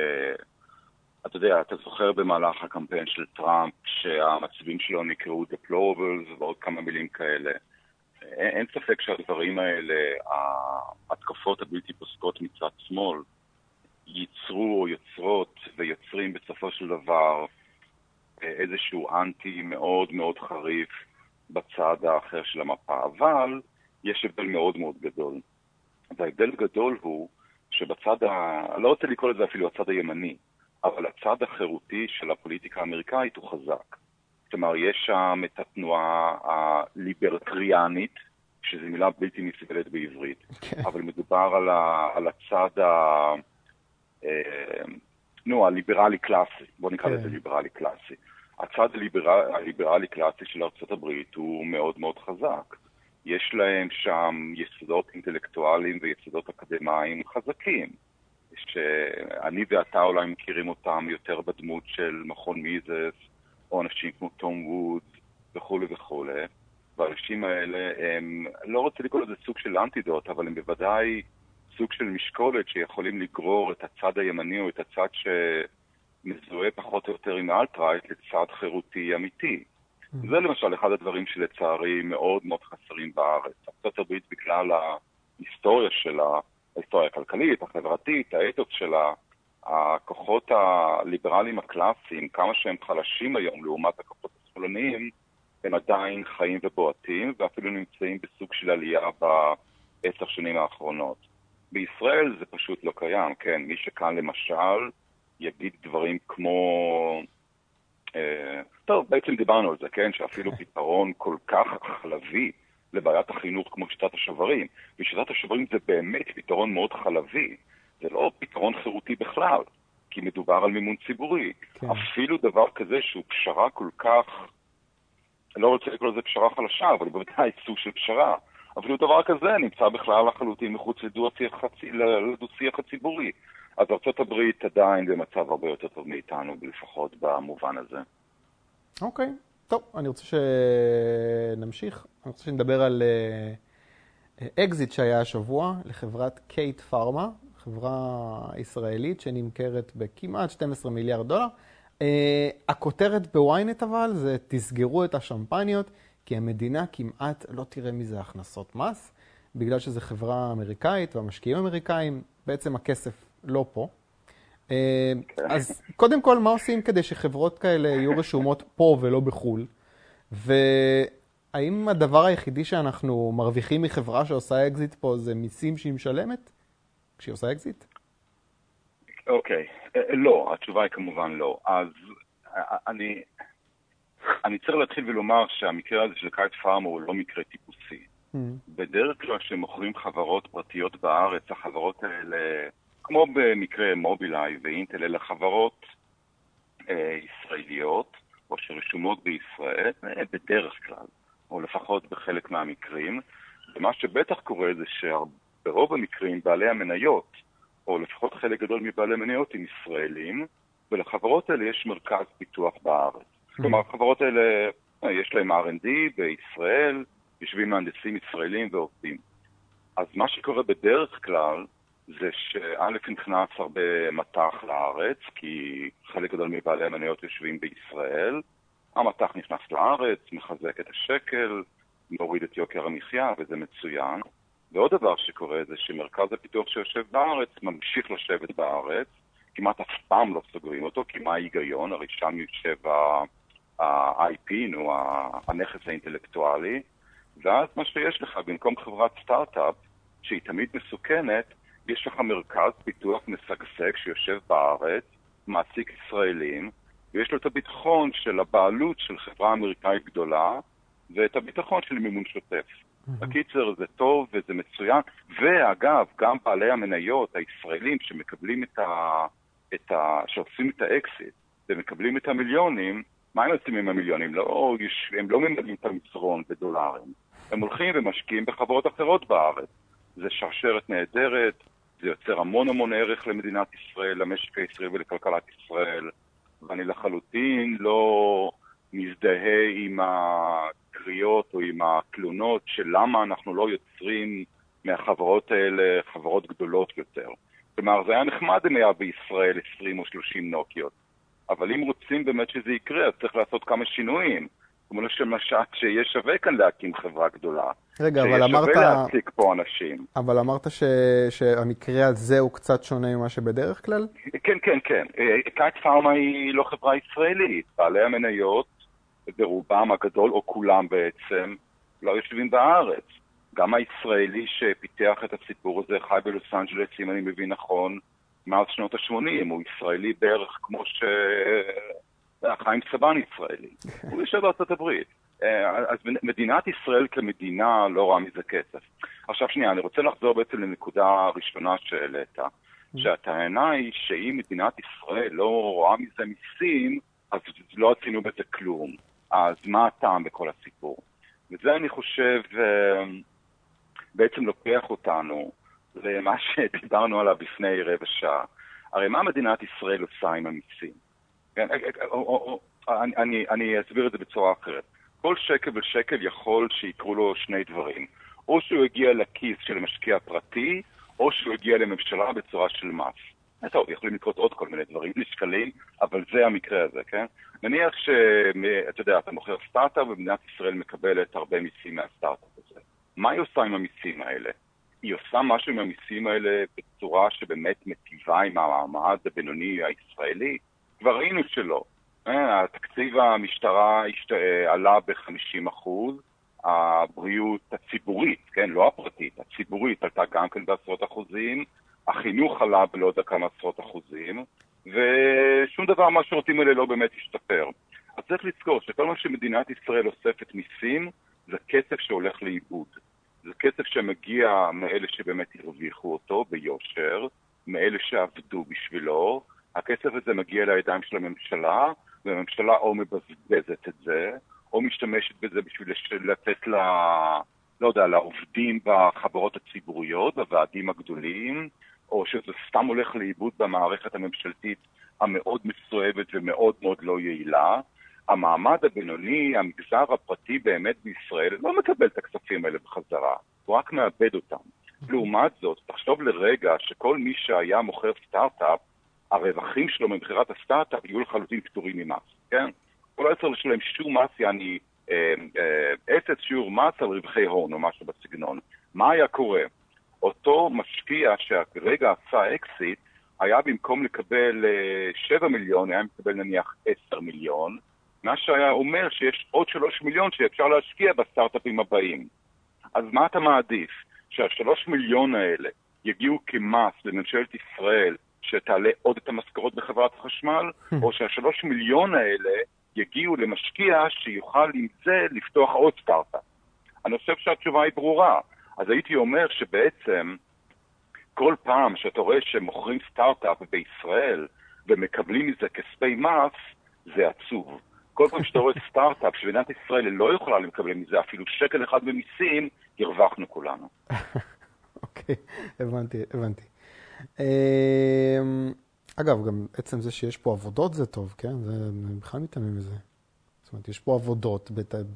אתה יודע, אתה זוכר במהלך הקמפיין של טראמפ שהמצביעים שלו נקראו deplorables ועוד כמה מילים כאלה. אין ספק שהדברים האלה, ההתקפות הבלתי פוסקות מצד שמאל, ייצרו או יוצרות ויוצרים בסופו של דבר איזשהו אנטי מאוד מאוד חריף בצד האחר של המפה. אבל יש הבדל מאוד מאוד גדול. וההבדל גדול הוא שבצד, לא רוצה לקרוא לזה אפילו הצד הימני, אבל הצד החירותי של הפוליטיקה האמריקאית הוא חזק. כלומר, יש שם את התנועה הליברטריאנית, שזו מילה בלתי נסבלת בעברית, אבל מדובר על הצד הליברלי קלאסי, בוא נקרא לזה ליברלי קלאסי. הצד הליברלי קלאסי של ארצות הברית הוא מאוד מאוד חזק. יש להם שם יסודות אינטלקטואליים ויסודות אקדמיים חזקים, שאני ואתה אולי מכירים אותם יותר בדמות של מכון מיזס, או אנשים כמו תום ווד וכו' וכו'. והאנשים האלה הם, לא רוצה לקרוא לזה סוג של אנטידוט, אבל הם בוודאי סוג של משקולת שיכולים לגרור את הצד הימני או את הצד שמזוהה פחות או יותר עם האלט-רייט לצד חירותי אמיתי. זה למשל אחד הדברים שלצערי מאוד מאוד חסרים בארץ. ארצות הברית בגלל ההיסטוריה שלה, ההיסטוריה הכלכלית, החברתית, האתוס שלה, הכוחות הליברליים הקלאסיים, כמה שהם חלשים היום לעומת הכוחות השמאלניים, הם עדיין חיים ובועטים, ואפילו נמצאים בסוג של עלייה ב10 שנים האחרונות. בישראל זה פשוט לא קיים, כן? מי שכאן למשל יגיד דברים כמו... טוב, בעצם דיברנו על זה, כן? שאפילו פתרון כל כך חלבי לבעיית החינוך כמו שיטת השוברים. ושיטת השוברים זה באמת פתרון מאוד חלבי. זה לא פתרון חירותי בכלל, כי מדובר על מימון ציבורי. כן. אפילו דבר כזה שהוא פשרה כל כך... לא רוצה לקרוא לזה פשרה חלשה, אבל בוודאי סוג של פשרה. אפילו דבר כזה נמצא בכלל לחלוטין מחוץ לדו-שיח הציבורי. אז ארצות הברית עדיין במצב הרבה יותר טוב מאיתנו, לפחות במובן הזה. אוקיי, טוב, אני רוצה שנמשיך. אני רוצה שנדבר על אקזיט שהיה השבוע לחברת קייט פארמה, חברה ישראלית שנמכרת בכמעט 12 מיליארד דולר. הכותרת בוויינט אבל זה תסגרו את השמפניות, כי המדינה כמעט לא תראה מזה הכנסות מס, בגלל שזו חברה אמריקאית והמשקיעים אמריקאים, בעצם הכסף לא פה. אז קודם כל, מה עושים כדי שחברות כאלה יהיו רשומות פה ולא בחול? והאם הדבר היחידי שאנחנו מרוויחים מחברה שעושה אקזיט פה זה מיסים שהיא משלמת כשהיא עושה אקזיט? אוקיי, לא, התשובה היא כמובן לא. אז אני צריך להתחיל ולומר שהמקרה הזה של קייט פארמה הוא לא מקרה טיפוסי. בדרך כלל שמוכרים חברות פרטיות בארץ, החברות האלה, כמו במקרה מובילאיי ואינטל, אלה חברות ישראליות, או שרשומות בישראל, בדרך כלל, או לפחות בחלק מהמקרים. ומה שבטח קורה זה שברוב המקרים בעלי המניות, או לפחות חלק גדול מבעלי מניות עם ישראלים, ולחברות האלה יש מרכז פיתוח בארץ. כלומר, החברות האלה, יש להם R&D בישראל, יושבים מהנדסים ישראלים ועובדים. אז מה שקורה בדרך כלל, זה שא' נכנס הרבה מטח לארץ, כי חלק גדול מבעלי המניות יושבים בישראל, המטח נכנס לארץ, מחזק את השקל, מוריד את יוקר המחיה, וזה מצוין. ועוד דבר שקורה זה שמרכז הפיתוח שיושב בארץ ממשיך לשבת בארץ, כמעט אף פעם לא סוגרים אותו, כי מה ההיגיון? הרי שם יושב ה-IP, הנכס האינטלקטואלי, ואז מה שיש לך, במקום חברת סטארט-אפ, שהיא תמיד מסוכנת, יש לך מרכז פיתוח משגשג שיושב בארץ, מעסיק ישראלים, ויש לו את הביטחון של הבעלות של חברה אמריקאית גדולה, ואת הביטחון של מימון שוטף. בקיצר, זה טוב וזה מצוין. ואגב, גם בעלי המניות הישראלים שמקבלים שעושים את האקסיט ומקבלים את המיליונים, מה הם עושים עם המיליונים? הם לא ממלאים את המצרון בדולרים. הם הולכים ומשקיעים בחברות אחרות בארץ. זה שרשרת נהדרת, זה יוצר המון ערך למדינת ישראל, למשק הישראלי ולכלכלת ישראל, ואני לחלוטין לא מזדהה עם הקריאות או עם התלונות של למה אנחנו לא יוצרים מהחברות האלה חברות גדולות יותר. כלומר, זה היה נחמד אם היה בישראל 20 או 30 נוקיות, אבל אם רוצים באמת שזה יקרה, אז צריך לעשות כמה שינויים. כמו למשל שיש שווה כאן להקים חברה גדולה. רגע, אבל אמרת... שיש שווה להציג פה אנשים. אבל אמרת שהמקרה הזה הוא קצת שונה ממה שבדרך כלל? כן. קייט פארמה היא לא חברה ישראלית. בעלי המניות, ברובם הגדול או כולם בעצם, לא יושבים בארץ. גם הישראלי שפיתח את הסיפור הזה חי בלוס אנג'לס, אם אני מבין נכון, מאז שנות ה-80. הוא ישראלי בערך כמו חיים סבן ישראלי. הוא יושב בארצות הברית. אז מדינת ישראל כמדינה לא רואה מזה כסף. עכשיו שנייה, אני רוצה לחזור בעצם לנקודה הראשונה שהעלית, שהטענה היא שאם מדינת ישראל לא רואה מזה מיסים, אז לא עשינו בזה כלום. אז מה הטעם בכל הסיפור? וזה אני חושב בעצם לוקח אותנו למה שדיברנו עליו לפני רבע שעה. הרי מה מדינת ישראל עושה עם המיסים? אני אסביר את זה בצורה אחרת. כל שקל ושקל יכול שיקרו לו שני דברים. או שהוא הגיע לכיס של משקיע פרטי, או שהוא הגיע לממשלה בצורה של מס. טוב, יכולים לקרות עוד כל מיני דברים נשקלים, אבל זה המקרה הזה, כן? נניח שאתה יודע, אתה מוכר סטארט-אפ, ומדינת ישראל מקבלת הרבה מיסים מהסטארט-אפ הזה. מה היא עושה עם המיסים האלה? היא עושה משהו עם המיסים האלה בצורה שבאמת מטיבה עם המעמד הבינוני הישראלי? כבר ראינו שלא. התקציב המשטרה עלה ב-50%, הבריאות הציבורית, כן, לא הפרטית, הציבורית עלתה גם כן בעשרות אחוזים, החינוך עלה בלא יודע כמה עשרות אחוזים, ושום דבר מהשירותים האלה לא באמת השתפר. אז צריך לזכור שכל מה שמדינת ישראל אוספת מיסים, זה כסף שהולך לאיבוד. זה כסף שמגיע מאלה שבאמת הרוויחו אותו ביושר, מאלה שעבדו בשבילו. הכסף הזה מגיע לידיים של הממשלה, והממשלה או מבזבזת את זה, או משתמשת בזה בשביל לתת לא יודע, לעובדים בחברות הציבוריות, בוועדים הגדולים, או שזה סתם הולך לאיבוד במערכת הממשלתית המאוד מסואבת ומאוד מאוד לא יעילה. המעמד הבינוני, המגזר הפרטי באמת בישראל, לא מקבל את הכספים האלה בחזרה, הוא רק מאבד אותם. לעומת זאת, תחשוב לרגע שכל מי שהיה מוכר סטארט-אפ, הרווחים שלו ממכירת הסטארט-אפ יהיו לחלוטין פטורים ממס, כן? הוא לא יצטרך לשלם שום מס, יעני אפס שיעור מס על רווחי הון או משהו בסגנון. מה היה קורה? אותו משקיע שהרגע עשה אקסיט, היה במקום לקבל 7 מיליון, היה מקבל נניח 10 מיליון, מה שהיה אומר שיש עוד 3 מיליון שאפשר להשקיע בסטארט-אפים הבאים. אז מה אתה מעדיף? שה3 מיליון האלה יגיעו כמס לממשלת ישראל שתעלה עוד את המשכורות בחברת החשמל, או שה3 מיליון האלה יגיעו למשקיע שיוכל עם זה לפתוח עוד סטארט-אפ. אני חושב שהתשובה היא ברורה. אז הייתי אומר שבעצם כל פעם שאתה רואה שמוכרים סטארט-אפ בישראל ומקבלים מזה כספי מס, זה עצוב. כל פעם שאתה רואה סטארט-אפ שמדינת ישראל לא יכולה לקבל מזה אפילו שקל אחד במיסים, הרווחנו כולנו. אוקיי, הבנתי. אגב, גם עצם זה שיש פה עבודות זה טוב, כן? זה בכלל מתעניין מזה. זאת אומרת, יש פה עבודות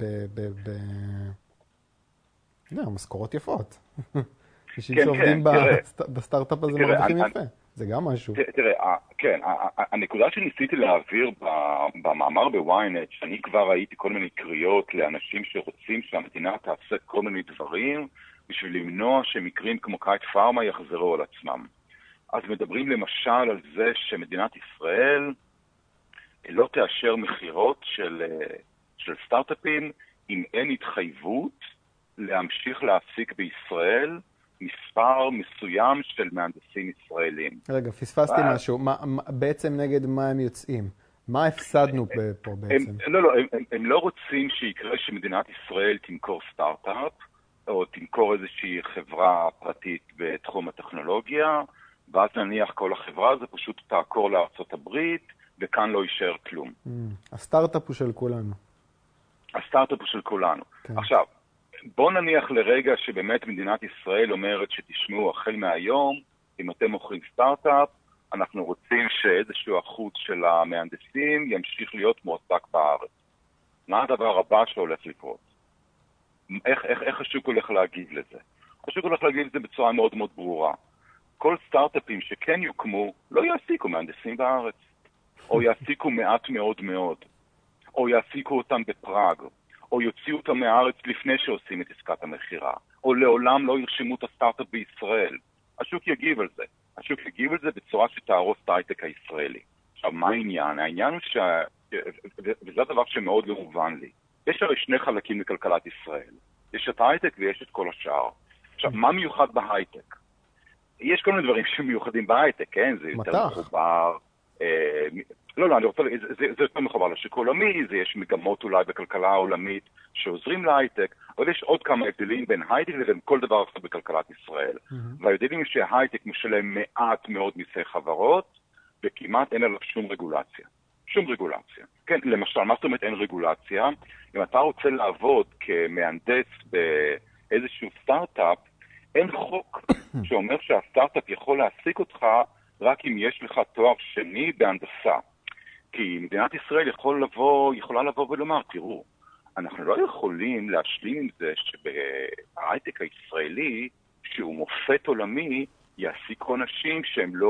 משכורות יפות. אנשים שעובדים בסטארט-אפ הזה מרוויחים יפה. זה גם משהו. תראה, כן, הנקודה שניסיתי להעביר במאמר בוויינט, שאני כבר ראיתי כל מיני קריאות לאנשים שרוצים שהמדינה תעשה כל מיני דברים, בשביל למנוע שמקרים כמו קייט פארמה יחזרו על עצמם. אז מדברים למשל על זה שמדינת ישראל לא תאשר מחירות של סטארט-אפים אם אין התחייבות להמשיך להעסיק בישראל מספר מסוים של מהנדסים ישראלים. רגע, פספסתי משהו. בעצם נגד מה הם יוצאים? מה הפסדנו פה בעצם? לא, הם לא רוצים שיקרה שמדינת ישראל תמכור סטארט-אפ, או תמכור איזושהי חברה פרטית בתחום הטכנולוגיה, ואז נניח כל החברה הזו פשוט תעקור לארצות הברית, וכאן לא יישאר כלום. הסטארט-אפ הוא של כולנו. הסטארט-אפ הוא של כולנו. עכשיו, בוא נניח לרגע שבאמת מדינת ישראל אומרת שתשמעו החל מהיום, אם אתם מוכרים סטארט-אפ, אנחנו רוצים שאיזשהו אחוז של המהנדסים ימשיך להיות מועסק בארץ. מה הדבר הבא שהולך לקרות? איך השוק הולך להגיב לזה? השוק הולך להגיב לזה בצורה מאוד מאוד ברורה. כל סטארט-אפים שכן יוקמו, לא יעסיקו מהנדסים בארץ. או יעסיקו מעט מאוד מאוד. או יעסיקו אותם בפראג. או יוציאו אותם מהארץ לפני שעושים את עסקת המחירה. או לעולם לא ירשמו את הסטארט-אפ בישראל. השוק יגיב על זה. השוק יגיב על זה בצורה שתהרוס את ההייטק הישראלי. עכשיו, מה העניין? העניין הוא וזה הדבר שמאוד לא מובן לי. יש הרי שני חלקים לכלכלת ישראל. יש את ההייטק ויש את כל השאר. עכשיו, מה מיוחד בהייטק? יש כל מיני דברים שמיוחדים בהייטק, כן? זה יותר מחובר. לא, אני רוצה, זה יותר מחובר לשוק עולמי, יש מגמות אולי בכלכלה העולמית שעוזרים להייטק, אבל יש עוד כמה הבדלים בין הייטק לבין כל דבר אחר בכלכלת ישראל. וההבדלים הם שהייטק משלם מעט מאוד מיסי חברות, וכמעט אין עליו שום רגולציה. שום רגולציה. כן, למשל, מה זאת אומרת אין רגולציה? אם אתה רוצה לעבוד כמהנדס באיזשהו סטארט-אפ, אין חוק שאומר שהסטארט-אפ יכול להעסיק אותך רק אם יש לך תואר שני בהנדסה. כי מדינת ישראל יכולה לבוא ולומר, תראו, אנחנו לא יכולים להשלים עם זה שבהייטק הישראלי, שהוא מופת עולמי, יעסיקו אנשים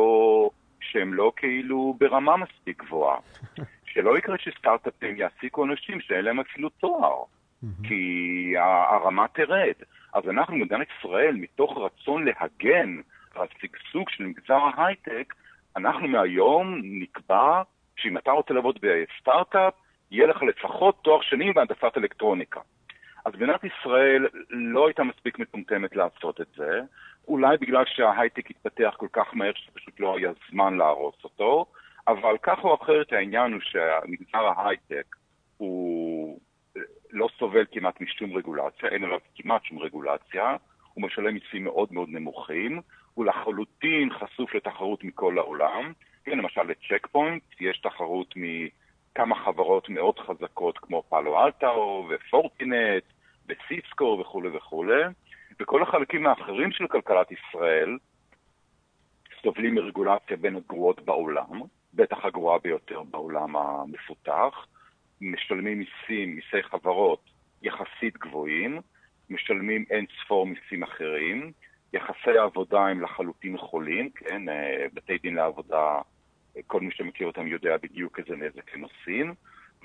שהם לא כאילו ברמה מספיק גבוהה. שלא יקרה שסטארט-אפים יעסיקו אנשים שאין להם אפילו תואר. כי הרמה תרד. אז אנחנו, מדינת ישראל, מתוך רצון להגן על השגשוג של מגזר ההייטק, אנחנו מהיום נקבע שאם אתה רוצה לעבוד בסטארט-אפ, יהיה לך לפחות תואר שני בהנדסת אלקטרוניקה. אז מדינת ישראל לא הייתה מספיק מטומטמת לעשות את זה, אולי בגלל שההייטק התפתח כל כך מהר שפשוט לא היה זמן להרוס אותו, אבל כך או אחרת העניין הוא שהמגזר ההייטק הוא לא סובל כמעט משום רגולציה, אין עליו כמעט שום רגולציה, הוא משלם מיסים מאוד מאוד נמוכים, הוא לחלוטין חשוף לתחרות מכל העולם, כן, למשל לצ'ק פוינט, יש תחרות מכמה חברות מאוד חזקות כמו פאלו אלטו ופורטינט וסיסקו וכו' וכו', וכל החלקים האחרים של כלכלת ישראל סובלים מרגולציה בין הגרועות בעולם, בטח הגרועה ביותר בעולם המפותח, משלמים מיסי חברות יחסית גבוהים, משלמים אין ספור מיסים אחרים, יחסי העבודה הם לחלוטין חולים, כן, בתי דין לעבודה, כל מי שמכיר אותם יודע בדיוק איזה נזק הם עושים,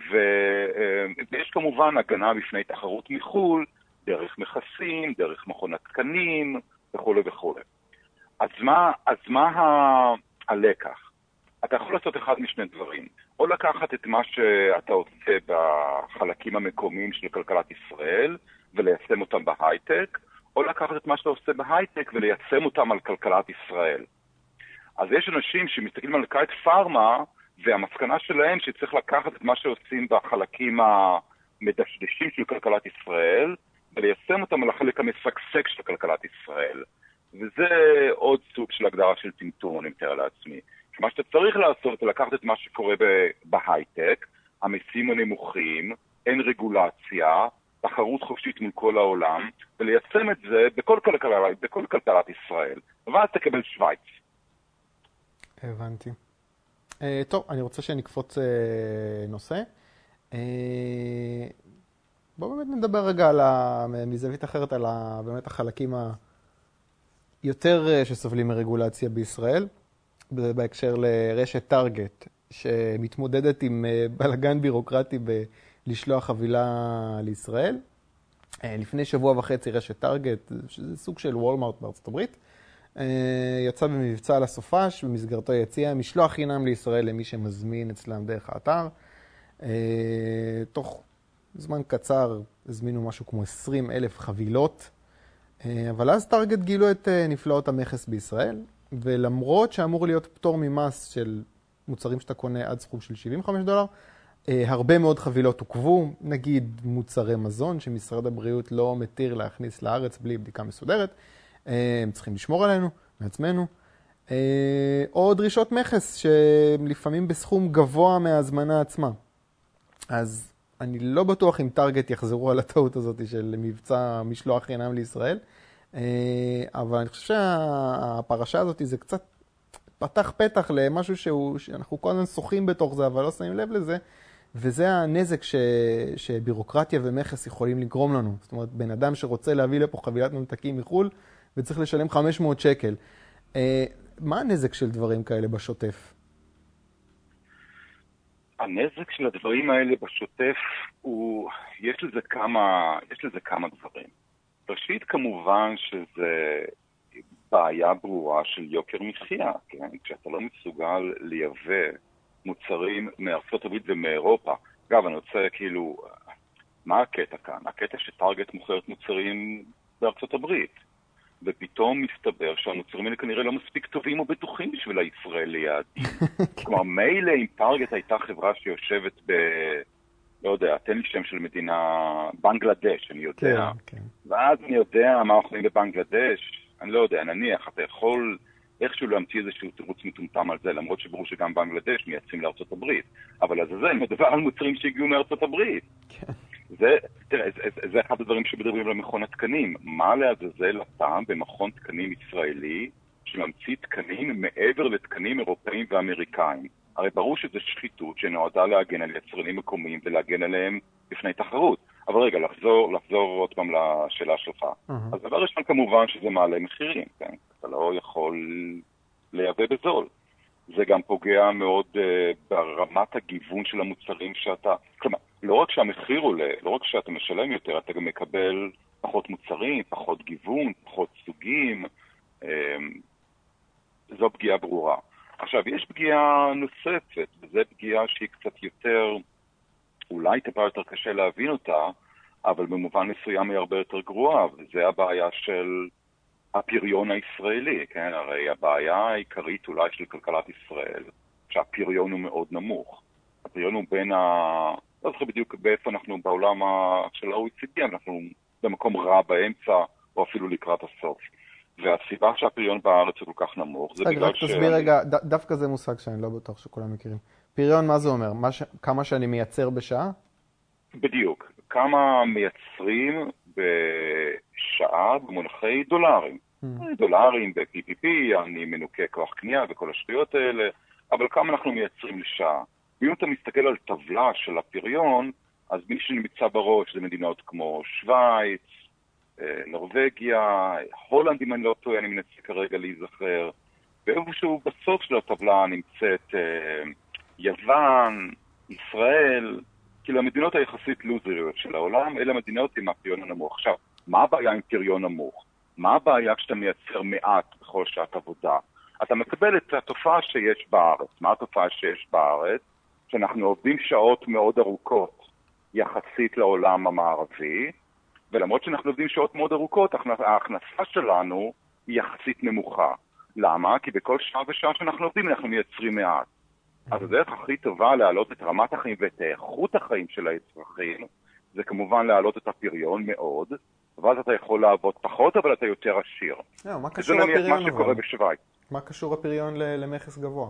ויש כמובן הגנה בפני תחרות מחול, דרך מכסים, דרך מכון התקנים, וכו' וכו'. אז מה הלקח? אתה יכול לעשות אחד משני דברים. או לקחת את מה שאתה עושה בחלקים המקומיים של כלכלת ישראל, וליישם אותם בהייטק, או לקחת את מה שאתה עושה בהייטק וליישם אותם על כלכלת ישראל. אז יש אנשים שמסתכלים על כלכלת פארמה, והמסקנה שלהם שצריך לקחת את מה שעושים בחלקים המדשדשים של כלכלת ישראל, וליישם אותם על החלק המשגשג של כלכלת ישראל. וזה עוד סוג של הגדרה של טמטום, אני מתאר לעצמי. מה שאתה צריך לעשות זה לקחת את מה שקורה בהייטק, המיסים הנמוכים, אין רגולציה, תחרות חופשית מול כל העולם, וליישם את זה בכל כלכלת ישראל. ואז תקבל שוויץ. הבנתי. טוב, אני רוצה שנקפוץ נושא. בואו באמת נדבר רגע מזווית אחרת על באמת החלקים היותר שסובלים מרגולציה בישראל, בהקשר לרשת טארגט, שמתמודדת עם בלגן בירוקרטי בלשלוח חבילה לישראל. לפני שבוע וחצי רשת טארגט, שזה סוג של וולמארט בארצות הברית, יצא במבצע לסופש, במסגרתו יציע משלוח חינם לישראל למי שמזמין אצלם דרך האתר. תוך זמן קצר הזמינו משהו כמו 20,000 חבילות, אבל אז טארגט גילו את נפלאות המכס בישראל, ולמרות שאמור להיות פטור ממס של מוצרים שאתה קונה עד סכום של $75, הרבה מאוד חבילות עוקבו, נגיד מוצרי מזון שמשרד הבריאות לא מתיר להכניס לארץ בלי בדיקה מסודרת, הם צריכים לשמור עלינו, מעצמנו, או דרישות מכס שלפעמים בסכום גבוה מהזמנה עצמה. אז אני לא בטוח אם טארגט יחזרו על הטעות הזאת של מבצע משלוח חינם לישראל, אבל אני חושב שהפרשה הזאת זה קצת פתח פתח למשהו שאנחנו כל הזמן שוחים בתוך זה, אבל לא שמים לב לזה, וזה הנזק שבירוקרטיה ומכס יכולים לגרום לנו. זאת אומרת, בן אדם שרוצה להביא לפה חבילת ממתקים מחול, וצריך לשלם 500 שקל. מה הנזק של דברים כאלה בשוטף? הנזק של הדברים האלה בשוטף יש לזה כמה דברים. ראשית, כמובן שזה בעיה ברורה של יוקר מחיה, כן? כשאתה לא מסוגל לייבא מוצרים מארצות הברית ומאירופה. אגב, אני רוצה מה הקטע כאן? הקטע שטארגט מוכרת מוצרים בארצות הברית, ופתאום מסתבר שהמוצרים האלה כנראה לא מספיק טובים או בטוחים בשביל הישראלי העתיד. כלומר, מילא אם טארגט הייתה חברה שיושבת לא יודע, תן לי שם של מדינה, בנגלדש, אני יודע. כן. ואז אני יודע מה אוכלים בבנגלדש, אני לא יודע, נניח, אתה יכול איכשהו להמציא איזשהו תירוץ מטומטם על זה, למרות שברור שגם בנגלדש מייצאים לארצות הברית. אבל אז זה מדבר על מוצרים שהגיעו מארצות הברית. כן. זה אחד הדברים שמדברים על מכון התקנים. מה לעזאזל אתה במכון תקנים ישראלי שממציא תקנים מעבר לתקנים אירופאים ואמריקאים? הרי ברור שזה שחיתות שנועדה להגן על יצרנים מקומיים ולהגן עליהם בפני תחרות. אבל רגע, לחזור עוד פעם לשאלה שלך. אז דבר ראשון כמובן שזה מעלה מחירים, כן? אתה לא יכול לייבא בזול. זה גם פוגע מאוד ברמת הגיוון של המוצרים שאתה... כלומר, לא רק שהמחיר עולה, לא רק שאתה משלם יותר, אתה גם מקבל פחות מוצרים, פחות גיוון, פחות סוגים, זו פגיעה ברורה. עכשיו, יש פגיעה נוספת, וזו פגיעה שהיא קצת יותר, אולי טיפה יותר קשה להבין אותה, אבל במובן מסוים היא הרבה יותר גרועה, וזה הבעיה של הפריון הישראלי, כן? הרי הבעיה העיקרית אולי של כלכלת ישראל, שהפריון הוא מאוד נמוך. הפריון הוא בין לא זוכר בדיוק באיפה אנחנו בעולם של ה-OECD, אנחנו במקום רע באמצע, או אפילו לקראת הסוף. והסיבה שהפריון בארץ הוא כל כך נמוך, זה בגלל רק תסביר רגע, דווקא זה מושג שאני לא בטוח שכולם מכירים. פריון, מה זה אומר? כמה שאני מייצר בשעה? בדיוק. כמה מייצרים בשעה במונחי דולרים. דולרים ב-PPP, אני מנוקה כוח קנייה וכל השטויות האלה, אבל כמה אנחנו מייצרים לשעה. ואם אתה מסתכל על טבלה של הפריון, אז מי שנמצא בראש זה מדינות כמו שוויץ, נורווגיה, הולנד, אם אני לא טועה, אני מנסה כרגע להיזכר, ואיפשהו בסוף של הטבלה נמצאת יוון, ישראל, כאילו המדינות היחסית לוזריות של העולם, אלה המדינות עם הפריון הנמוך. עכשיו, מה הבעיה עם פריון נמוך? מה הבעיה כשאתה מייצר מעט בכל שעת עבודה? אתה מקבל את התופעה שיש בארץ. מה התופעה שיש בארץ? שאנחנו עובדים שעות מאוד ארוכות יחסית לעולם המערבי, ולמרות שאנחנו עובדים שעות מאוד ארוכות, ההכנסה שלנו היא יחסית נמוכה. למה? כי בכל שעה ושעה שאנחנו עובדים אנחנו מייצרים מעט. אז הדרך הכי טובה להעלות את רמת החיים ואת איכות החיים של האזרחים, זה כמובן להעלות את הפריון מאוד, ואז אתה יכול לעבוד פחות, אבל אתה יותר עשיר. מה קשור הפריון? מה שקורה בשוויץ. מה קשור הפריון למכס גבוה?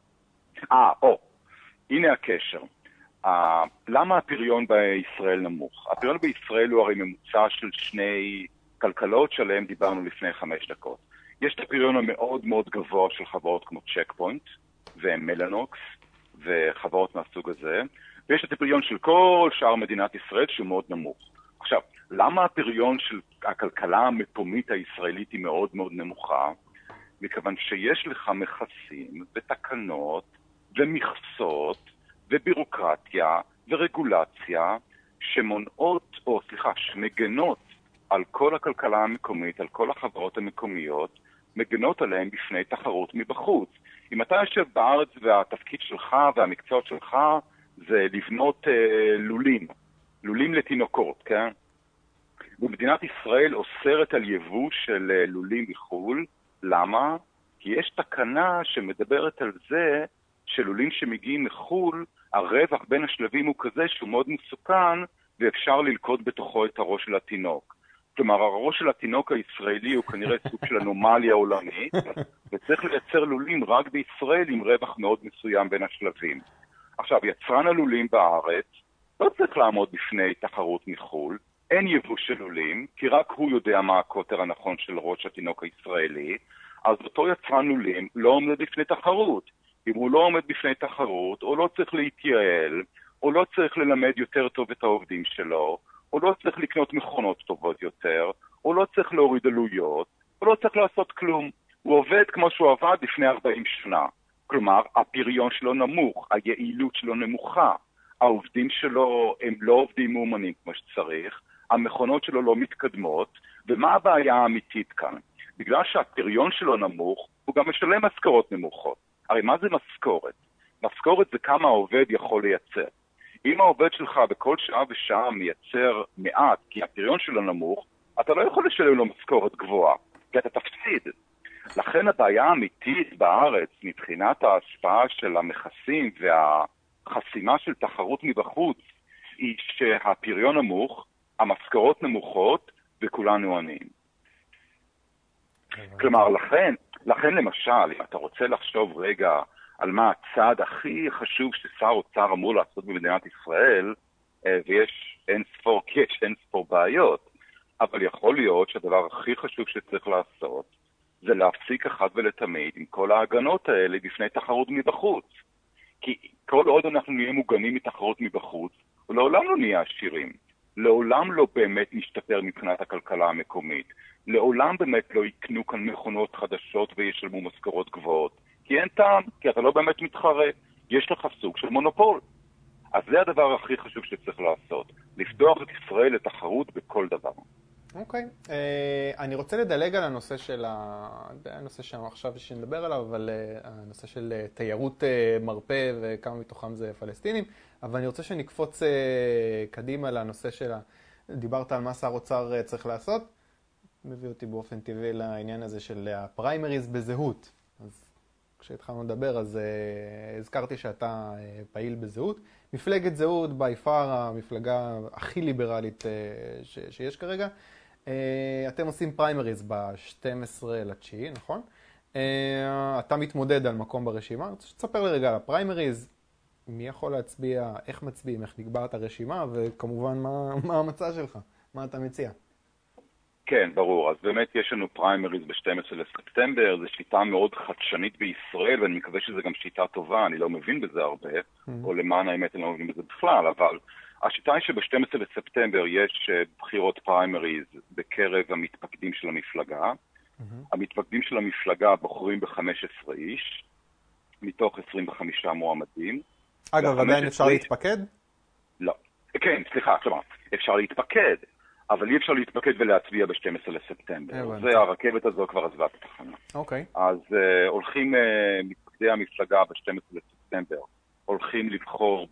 הנה הקשר. למה הפריון בישראל נמוך? הפריון בישראל הוא הרי ממוצע של שני כלכלות שעליהם דיברנו לפני 5 דקות. יש את הפריון המאוד מאוד גבוה של חברות כמו צ'ק פוינט ומלנוקס וחברות מהסוג הזה, ויש את הפריון של כל שאר מדינת ישראל שהוא מאוד נמוך. עכשיו, למה הפריון של הכלכלה המקומית הישראלית היא מאוד מאוד נמוכה? מכיוון שיש לך מכסים ותקנות ומכסות ובירוקרטיה ורגולציה שמגנות על כל הכלכלה המקומית, על כל החברות המקומיות, מגנות עליהן בפני תחרות מבחוץ. אם אתה יושב בארץ והתפקיד שלך והמקצוע שלך זה לבנות לולים לתינוקות, כן? ומדינת ישראל אוסרת על יבוא של לולים מחול. למה? כי יש תקנה שמדברת על זה שלולים שמגיעים מחול, הרווח בין השלבים הוא כזה שהוא מאוד מסוכן, ואפשר ללכוד בתוכו את הראש של התינוק. כלומר, הראש של התינוק הישראלי הוא כנראה סוג של אנומליה עולמית, וצריך לייצר לולים רק בישראל עם רווח מאוד מסוים בין השלבים. עכשיו, יצרן הלולים בארץ לא צריך לעמוד בפני תחרות מחול, אין יבוא של לולים, כי רק הוא יודע מה הקוטר הנכון של ראש התינוק הישראלי, אז אותו יצרן לולים לא עומד בפני תחרות. אם הוא לא עומד בפני תחרות, או לא צריך להתייעל, או לא צריך ללמד יותר טוב את העובדים שלו, או לא צריך לקנות מכונות טובות יותר, או לא צריך להוריד עלויות, או לא צריך לעשות כלום. הוא עובד כמו שהוא עבד לפני 40 שנה. כלומר, הפריון שלו נמוך, היעילות שלו נמוכה, העובדים שלו הם לא עובדים מאומנים כמו שצריך, המכונות שלו לא מתקדמות, ומה הבעיה האמיתית כאן? בגלל שהפריון שלו נמוך, הוא גם משלם משכורות נמוכות. הרי מה זה משכורת? משכורת זה כמה העובד יכול לייצר. אם העובד שלך בכל שעה ושעה מייצר מעט, כי הפריון שלו נמוך, אתה לא יכול לשלם לו משכורת גבוהה, כי אתה תפסיד. לכן הבעיה האמיתית בארץ, מבחינת ההשפעה של המכסים והחסימה של תחרות מבחוץ, היא שהפריון נמוך, המשכורות נמוכות, וכולנו עניים. כלומר, לכן למשל, אם אתה רוצה לחשוב רגע על מה הצעד הכי חשוב ששר אוצר אמור לעשות במדינת ישראל, ויש אין ספור בעיות, אבל יכול להיות שהדבר הכי חשוב שצריך לעשות, זה להפסיק אחת ולתמיד עם כל ההגנות האלה בפני תחרות מבחוץ. כי כל עוד אנחנו נהיה מוגנים מתחרות מבחוץ, לעולם לא נהיה עשירים. לעולם לא באמת נשתפר מבחינת הכלכלה המקומית. לעולם באמת לא יקנו כאן מכונות חדשות וישלמו משכורות גבוהות. כי אין טעם, כי אתה לא באמת מתחרה. יש לך סוג של מונופול. אז זה הדבר הכי חשוב שצריך לעשות, לפתוח את ישראל לתחרות בכל דבר. אוקיי. אני רוצה לדלג על הנושא של הנושא שעכשיו שנדבר עליו, אבל הנושא של תיירות מרפא וכמה מתוכם זה פלסטינים, אבל אני רוצה שנקפוץ קדימה לנושא של דיברת על מה שר אוצר צריך לעשות, מביא אותי באופן טבעי לעניין הזה של הפריימריז בזהות. אז כשהתחלנו לדבר, אז הזכרתי שאתה פעיל בזהות. מפלגת זהות, by far, המפלגה הכי ליברלית שיש כרגע. אתם עושים פריימריז ב-12/9, נכון? אתה מתמודד על מקום ברשימה. אני רוצה שתספר לי רגע על הפריימריז, מי יכול להצביע, איך מצביעים, איך נקבעת הרשימה, וכמובן מה המצע שלך, מה אתה מציע. כן, ברור. אז באמת יש לנו פריימריז ב-12 לספטמבר, זו שיטה מאוד חדשנית בישראל, ואני מקווה שזו גם שיטה טובה, אני לא מבין בזה הרבה, או למען האמת אני לא מבין בזה בכלל, אבל השיטה היא שב-12 לספטמבר יש בחירות פריימריז בקרב המתפקדים של המפלגה. המתפקדים של המפלגה בוחרים ב-15 איש, מתוך 25 מועמדים. אגב, עדיין אפשר להתפקד? לא. כן, סליחה, כלומר, אפשר להתפקד. אבל אי אפשר להתפקד ולהצביע ב-12 לספטמבר. זה הרקבת הזו כבר עזבה את התחנה. אוקיי. אז הולכים מתפקדי המפלגה ב-12 לספטמבר, הולכים לבחור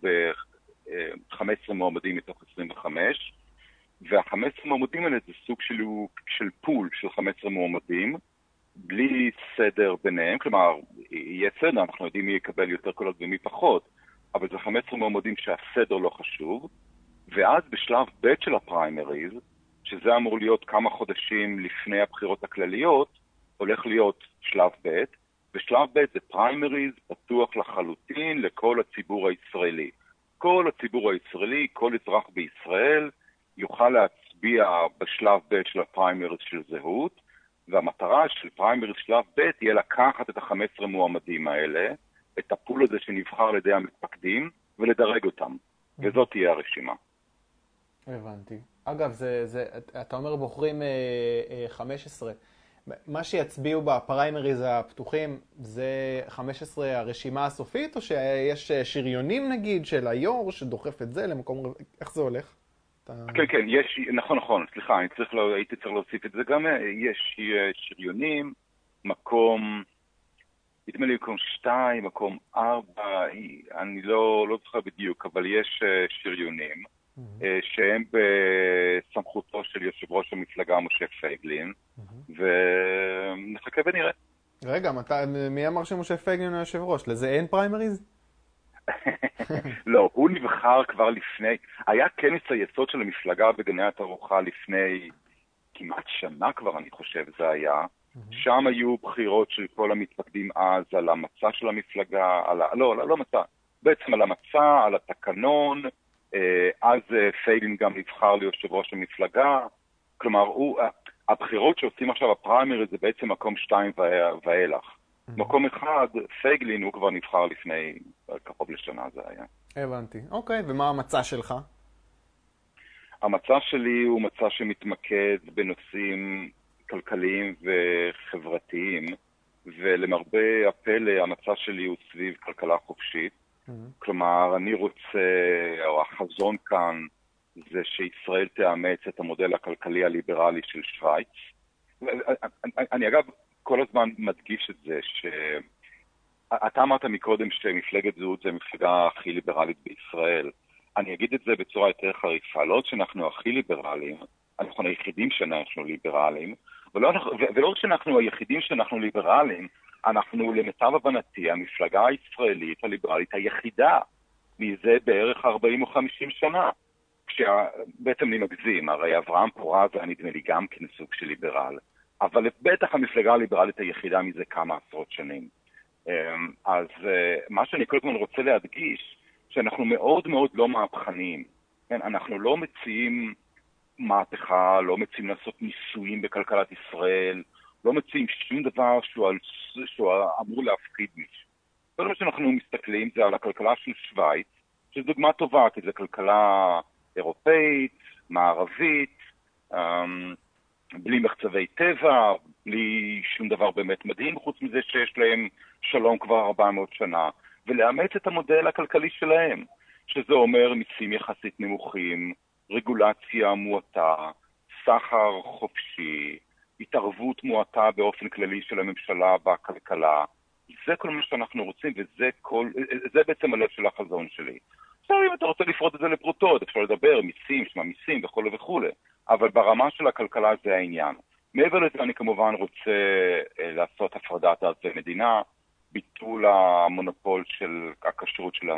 ב-15 מועמדים מתוך 25, וה-15 מועמדים האלה זה סוג של פול של 15 מועמדים, בלי סדר ביניהם, כלומר, יהיה סדר, אנחנו יודעים מי יקבל יותר קולות ומי פחות, אבל זה 15 מועמדים שהסדר לא חשוב, ואז בשלב ב' של הפריימריז, שזה אמור להיות כמה חודשים לפני הבחירות הכלליות, הולך להיות שלב ב', ושלב ב' זה פריימריז פתוח לחלוטין לכל הציבור הישראלי. כל הציבור הישראלי, כל אזרח בישראל, יוכל להצביע בשלב ב' של הפריימריז של זהות, והמטרה של פריימריז שלב ב' תהיה לקחת את ה-15 מועמדים האלה, את הפול הזה שנבחר על ידי המתפקדים, ולדרג אותם. וזאת תהיה הרשימה. הבנתי. אגב, אתה אומר בוחרים 15. מה שיצביעו בפריימריז הפתוחים, זה 15 הרשימה הסופית, או שיש שריונים נגיד של היו"ר שדוחף את זה למקום... איך זה הולך? כן, כן, יש, נכון, סליחה, הייתי צריך להוסיף את זה גם, יש שריונים, מקום, נדמה לי מקום 2, מקום 4, אני לא זוכר בדיוק, אבל יש שריונים, שהם בסמכותו של יושב ראש המפלגה משה פייגלין, ונחכה ונראה. רגע, מי אמר שמשה פייגלין הוא יושב ראש? לזה אין פריימריז? לא, הוא נבחר כבר לפני, היה כנס היסוד של המפלגה בגני התערוכה לפני כמעט שנה כבר, אני חושב, זה היה. שם היו בחירות של כל המתפקדים אז על המצע של המפלגה, לא מצע, בעצם על המצע, על התקנון, אז פייגלין גם נבחר ליושב ראש המפלגה, כלומר, הבחירות שעושים עכשיו הפריימריז זה בעצם מקום 2 ואילך. מקום 1, פייגלין, הוא כבר נבחר לפני קרוב לשנה, זה היה. הבנתי. אוקיי, ומה המצע שלך? המצע שלי הוא מצע שמתמקד בנושאים כלכליים וחברתיים, ולמרבה הפלא, המצע שלי הוא סביב כלכלה חופשית. כלומר, אני רוצה, או החזון כאן, זה שישראל תאמץ את המודל הכלכלי הליברלי של שוויץ. אני אגב כל הזמן מדגיש את זה, שאתה אמרת מקודם שמפלגת זהות זה המפלגה הכי ליברלית בישראל. אני אגיד את זה בצורה יותר חריפה, לא שאנחנו הכי ליברליים, אנחנו היחידים שאנחנו ליברליים, ולא שאנחנו היחידים שאנחנו ליברליים, אנחנו למיטב הבנתי, המפלגה הישראלית הליברלית היחידה, מזה בערך 40 או 50 שנה. כשבעצם אני מגזים, הרי אברהם פורז היה נדמה לי גם כן סוג של ליברל, אבל בטח המפלגה הליברלית היחידה מזה כמה עשרות שנים. אז מה שאני כל הזמן רוצה להדגיש, שאנחנו מאוד מאוד לא מהפכניים. אנחנו לא מציעים מהפכה, לא מציעים לעשות ניסויים בכלכלת ישראל, לא מציעים שום דבר שהוא אמור להפחיד מישהו. כל מה שאנחנו מסתכלים זה על הכלכלה של שוויץ, שזו דוגמה טובה, כי זו כלכלה אירופאית, מערבית, בלי מחצבי טבע, בלי שום דבר באמת מדהים, חוץ מזה שיש להם שלום כבר 400 שנה, ולאמץ את המודל הכלכלי שלהם. שזה אומר מיסים יחסית נמוכים, רגולציה מועטה, סחר חופשי, התערבות מועטה באופן כללי של הממשלה בכלכלה. זה כל מה שאנחנו רוצים, וזה בעצם הלב של החזון שלי. עכשיו, אם אתה רוצה לפרוט את זה לפרוטות, אפשר לדבר, מיסים, שמה מיסים וכו' וכו', אבל ברמה של הכלכלה זה העניין. מעבר לזה אני כמובן רוצה לעשות הפרדת דת ומדינה, ביטול המונופול של הכשרות של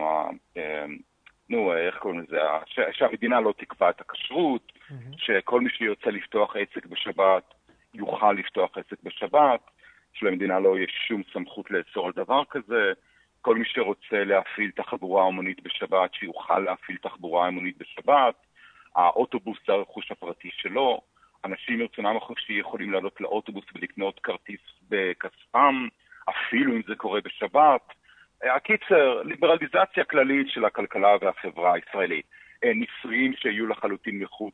איך קוראים לזה? שהמדינה לא תקבע את הכשרות, שכל מי שיוצא לפתוח עסק בשבת יוכל לפתוח עסק בשבת, שלמדינה לא יהיה שום סמכות לאסור על דבר כזה, כל מי שרוצה להפעיל תחבורה המונית בשבת שיוכל להפעיל תחבורה המונית בשבת, האוטובוס זה הרכוש הפרטי שלו, אנשים מרצונם החופשי יכולים לעלות לאוטובוס ולקנות כרטיס בכספם, אפילו אם זה קורה בשבת. הקיצר, ליברליזציה כללית של הכלכלה והחברה הישראלית. ניסויים שיהיו לחלוטין מחוץ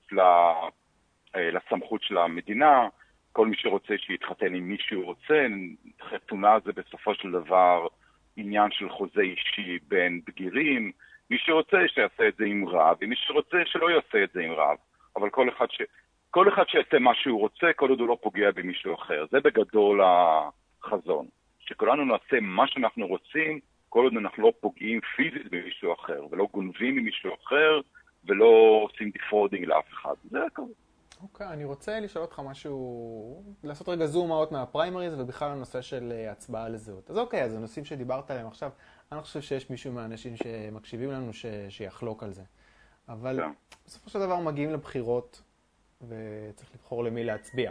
לסמכות של המדינה, כל מי שרוצה שיתחתן עם מי שהוא רוצה, חתונה זה בסופו של דבר עניין של חוזה אישי בין בגירים, מי שרוצה שיעשה את זה עם רב, ומי שרוצה שלא יעשה את זה עם רב. אבל כל אחד שיעשה מה שהוא רוצה, כל עוד הוא לא פוגע במישהו אחר. זה בגדול החזון. שכולנו נעשה מה שאנחנו רוצים, כל עוד אנחנו לא פוגעים פיזית במישהו אחר, ולא גונבים ממישהו אחר, ולא עושים דיפרודינג לאף אחד. זה כזה. אוקיי, אני רוצה לשאול אותך משהו, לעשות רגע זום אאוט מהפריימריז, ובכלל הנושא של הצבעה לזהות. אז אוקיי, אז הנושאים שדיברת עליהם עכשיו, אני לא חושב שיש מישהו מהאנשים שמקשיבים לנו שיחלוק על זה. אבל בסופו של דבר מגיעים לבחירות, וצריך לבחור למי להצביע.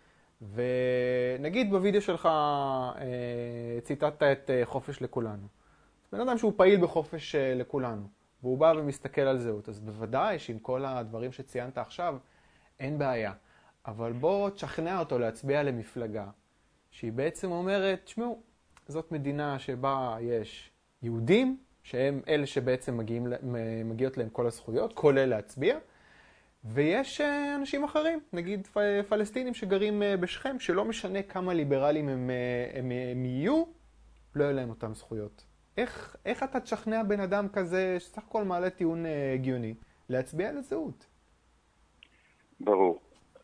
ונגיד בווידאו שלך ציטטת את חופש לכולנו. בן אדם שהוא פעיל בחופש לכולנו, והוא בא ומסתכל על זהות, אז בוודאי שעם כל הדברים שציינת עכשיו, אין בעיה. אבל בוא תשכנע אותו להצביע למפלגה, שהיא בעצם אומרת, תשמעו, זאת מדינה שבה יש יהודים, שהם אלה שבעצם מגיעות להם כל הזכויות, כולל להצביע, ויש אנשים אחרים, נגיד פלסטינים שגרים בשכם, שלא משנה כמה ליברלים הם יהיו, לא יהיו להם אותם זכויות. איך אתה תשכנע בן אדם כזה, שסך הכל מעלה טיעון הגיוני, להצביע לזהות? ברור.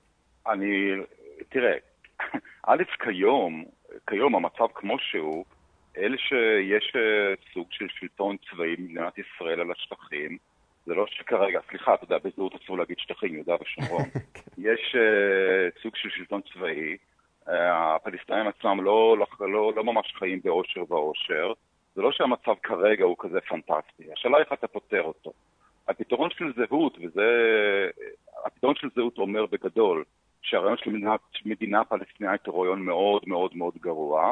תראה, א', כיום המצב כמו שהוא, אלה שיש סוג של שלטון צבאי במדינת ישראל על השטחים, זה לא שכרגע, סליחה, אתה יודע, בזהות אסור להגיד שטחים, יהודה ושומרון. יש סוג של שלטון צבאי, הפלסטינים עצמם לא ממש חיים באושר ואושר, זה לא שהמצב כרגע הוא כזה פנטסטי, השאלה איך אתה פותר אותו. הפתרון של זהות אומר בגדול, שהרעיון של מדינה פלסטינאית הוא רעיון מאוד מאוד מאוד גרוע,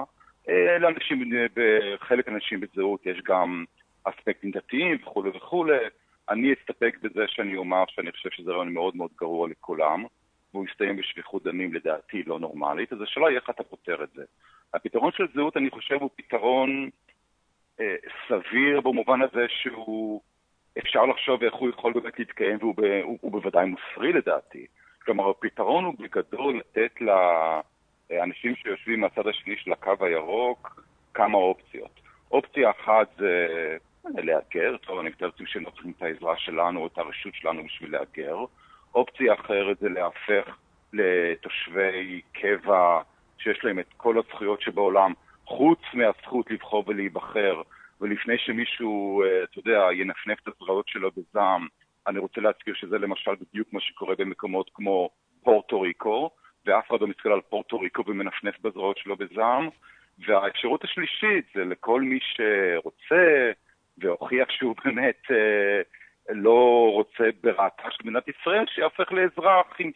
בחלק אנשים בזהות יש גם אספקטים דתיים וכו' וכו'. אני אסתפק בזה שאני אומר שאני חושב שזה רעיון מאוד מאוד גרוע לכולם, והוא יסתיים בשפיכות דמים לדעתי לא נורמלית, אז השאלה היא איך אתה פותר את זה. הפתרון של זהות אני חושב הוא פתרון סביר במובן הזה שהוא אפשר לחשוב איך הוא יכול באמת להתקיים, והוא בוודאי מוסרי לדעתי. כלומר, הפתרון הוא בגדול לתת לאנשים שיושבים מהצד השני של הקו הירוק כמה אופציות. אופציה אחת זה להגר, טוב, אני מתאר לעצמי שלא צריכים את העזרה שלנו או את הרשות שלנו בשביל להגר. אופציה אחרת זה להפך לתושבי קבע שיש להם את כל הזכויות שבעולם, חוץ מהזכות לבחור ולהיבחר, ולפני שמישהו, אתה יודע, ינפנף את הזרועות שלו בזעם, אני רוצה להזכיר שזה למשל בדיוק מה שקורה במקומות כמו פורטו ריקו, ואף אחד לא מסתכל על פורטו ריקו ומנפנף בזרועות שלו בזעם. והאפשרות השלישית זה לכל מי שרוצה והוכיח שהוא באמת לא רוצה ברעתה של מדינת ישראל, שיהפך לאזרח עם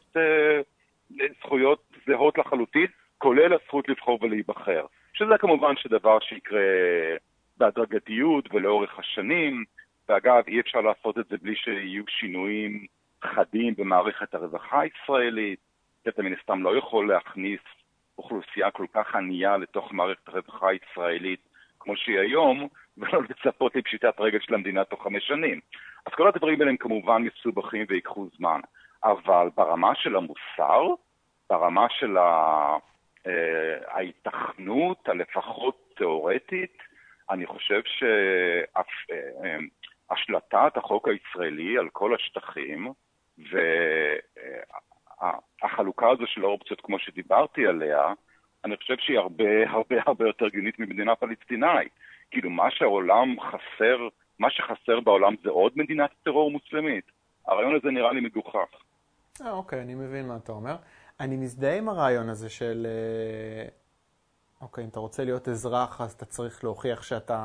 זכויות זהות לחלוטין, כולל הזכות לבחור ולהיבחר. שזה כמובן שדבר שיקרה בהדרגתיות ולאורך השנים, ואגב, אי אפשר לעשות את זה בלי שיהיו שינויים חדים במערכת הרווחה הישראלית, אתה מן הסתם לא יכול להכניס אוכלוסייה כל כך ענייה לתוך מערכת הרווחה הישראלית כמו שהיא היום, ולא לצפות לפשיטת רגל של המדינה תוך 5 שנים. אז כל הדברים האלה הם כמובן מסובכים ויקחו זמן, אבל ברמה של המוסר, ברמה של ההיתכנות, הלפחות תיאורטית, אני חושב השלטת החוק הישראלי על כל השטחים, והחלוקה הזו של האופציות כמו שדיברתי עליה, אני חושב שהיא הרבה יותר הגיונית ממדינה פלסטינאית. כאילו מה שחסר בעולם זה עוד מדינת טרור מוסלמית. הרעיון הזה נראה לי מגוחך. אוקיי, אני מבין מה אתה אומר. אני מזדהה עם הרעיון הזה של, אוקיי, אם אתה רוצה להיות אזרח, אז אתה צריך להוכיח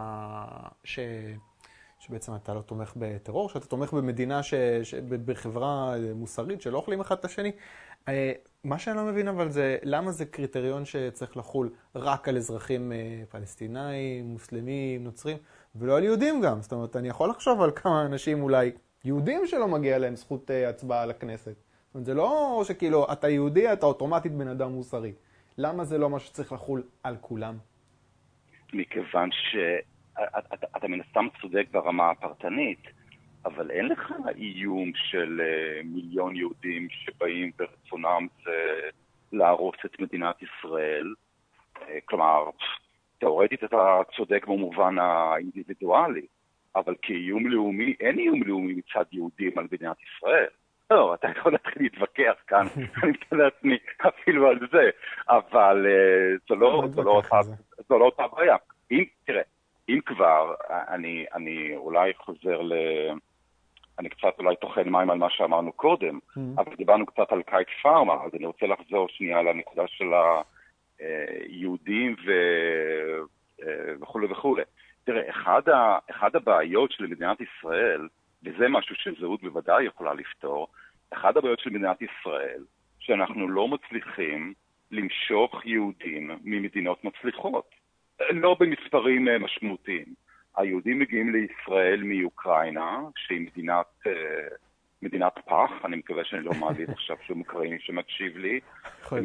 שבעצם אתה לא תומך בטרור, שאתה תומך במדינה, בחברה מוסרית שלא אוכלים אחד את השני. מה שאני לא מבין אבל זה, למה זה קריטריון שצריך לחול רק על אזרחים פלסטינאים, מוסלמים, נוצרים, ולא על יהודים גם. זאת אומרת, אני יכול לחשוב על כמה אנשים אולי יהודים שלא מגיע להם זכות הצבעה לכנסת. זאת אומרת, זה לא שכאילו, אתה יהודי, אתה אוטומטית בן אדם מוסרי. למה זה לא מה שצריך לחול על כולם? מכיוון שאתה מן הסתם צודק ברמה הפרטנית, אבל אין לך איום של מיליון יהודים שבאים ברצונם להרוס את מדינת ישראל. כלומר, תאורטית אתה צודק במובן האינדיבידואלי, אבל כאיום לאומי, אין איום לאומי מצד יהודים על מדינת ישראל. לא, אתה יכול להתחיל להתווכח כאן, אני מתן לעצמי אפילו על זה, אבל זו לא אותה בעיה. תראה, אם כבר, אני אולי חוזר אני קצת אולי תוכן מים על מה שאמרנו קודם, אבל דיברנו קצת על קייט פארמה, אז אני רוצה לחזור שנייה לנקודה של היהודים וכו' וכו'. תראה, אחד הבעיות של מדינת ישראל, וזה משהו שזהות בוודאי יכולה לפתור, אחד הבעיות של מדינת ישראל, שאנחנו לא מצליחים למשוך יהודים ממדינות מצליחות. לא במספרים משמעותיים. היהודים מגיעים לישראל מאוקראינה, שהיא מדינת פח, אני מקווה שאני לא מעליב עכשיו שום אוקראיני שמקשיב לי. הם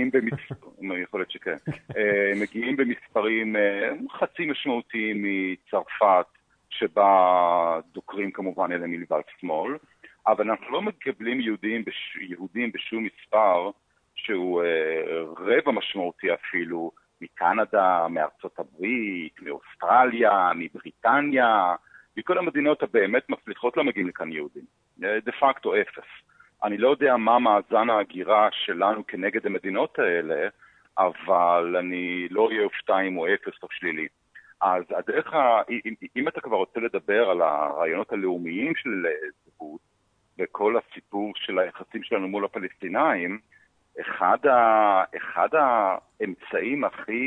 מגיעים במספרים חצי משמעותיים מצרפת, שבה דוקרים כמובן אלה מלבד שמאל, אבל אנחנו לא מקבלים יהודים בשום מספר שהוא רבע משמעותי אפילו, מקנדה, מארצות הברית, מאוסטרליה, מבריטניה, מכל המדינות הבאמת מצליחות לא מגיעים לכאן יהודים. דה פקטו אפס. אני לא יודע מה מאזן ההגירה שלנו כנגד המדינות האלה, אבל אני לא אהיה אופתע אם הוא אפס או שלילי. אז אם אתה כבר רוצה לדבר על הרעיונות הלאומיים של זהות, וכל הסיפור של היחסים שלנו מול הפלסטינאים, אחד האמצעים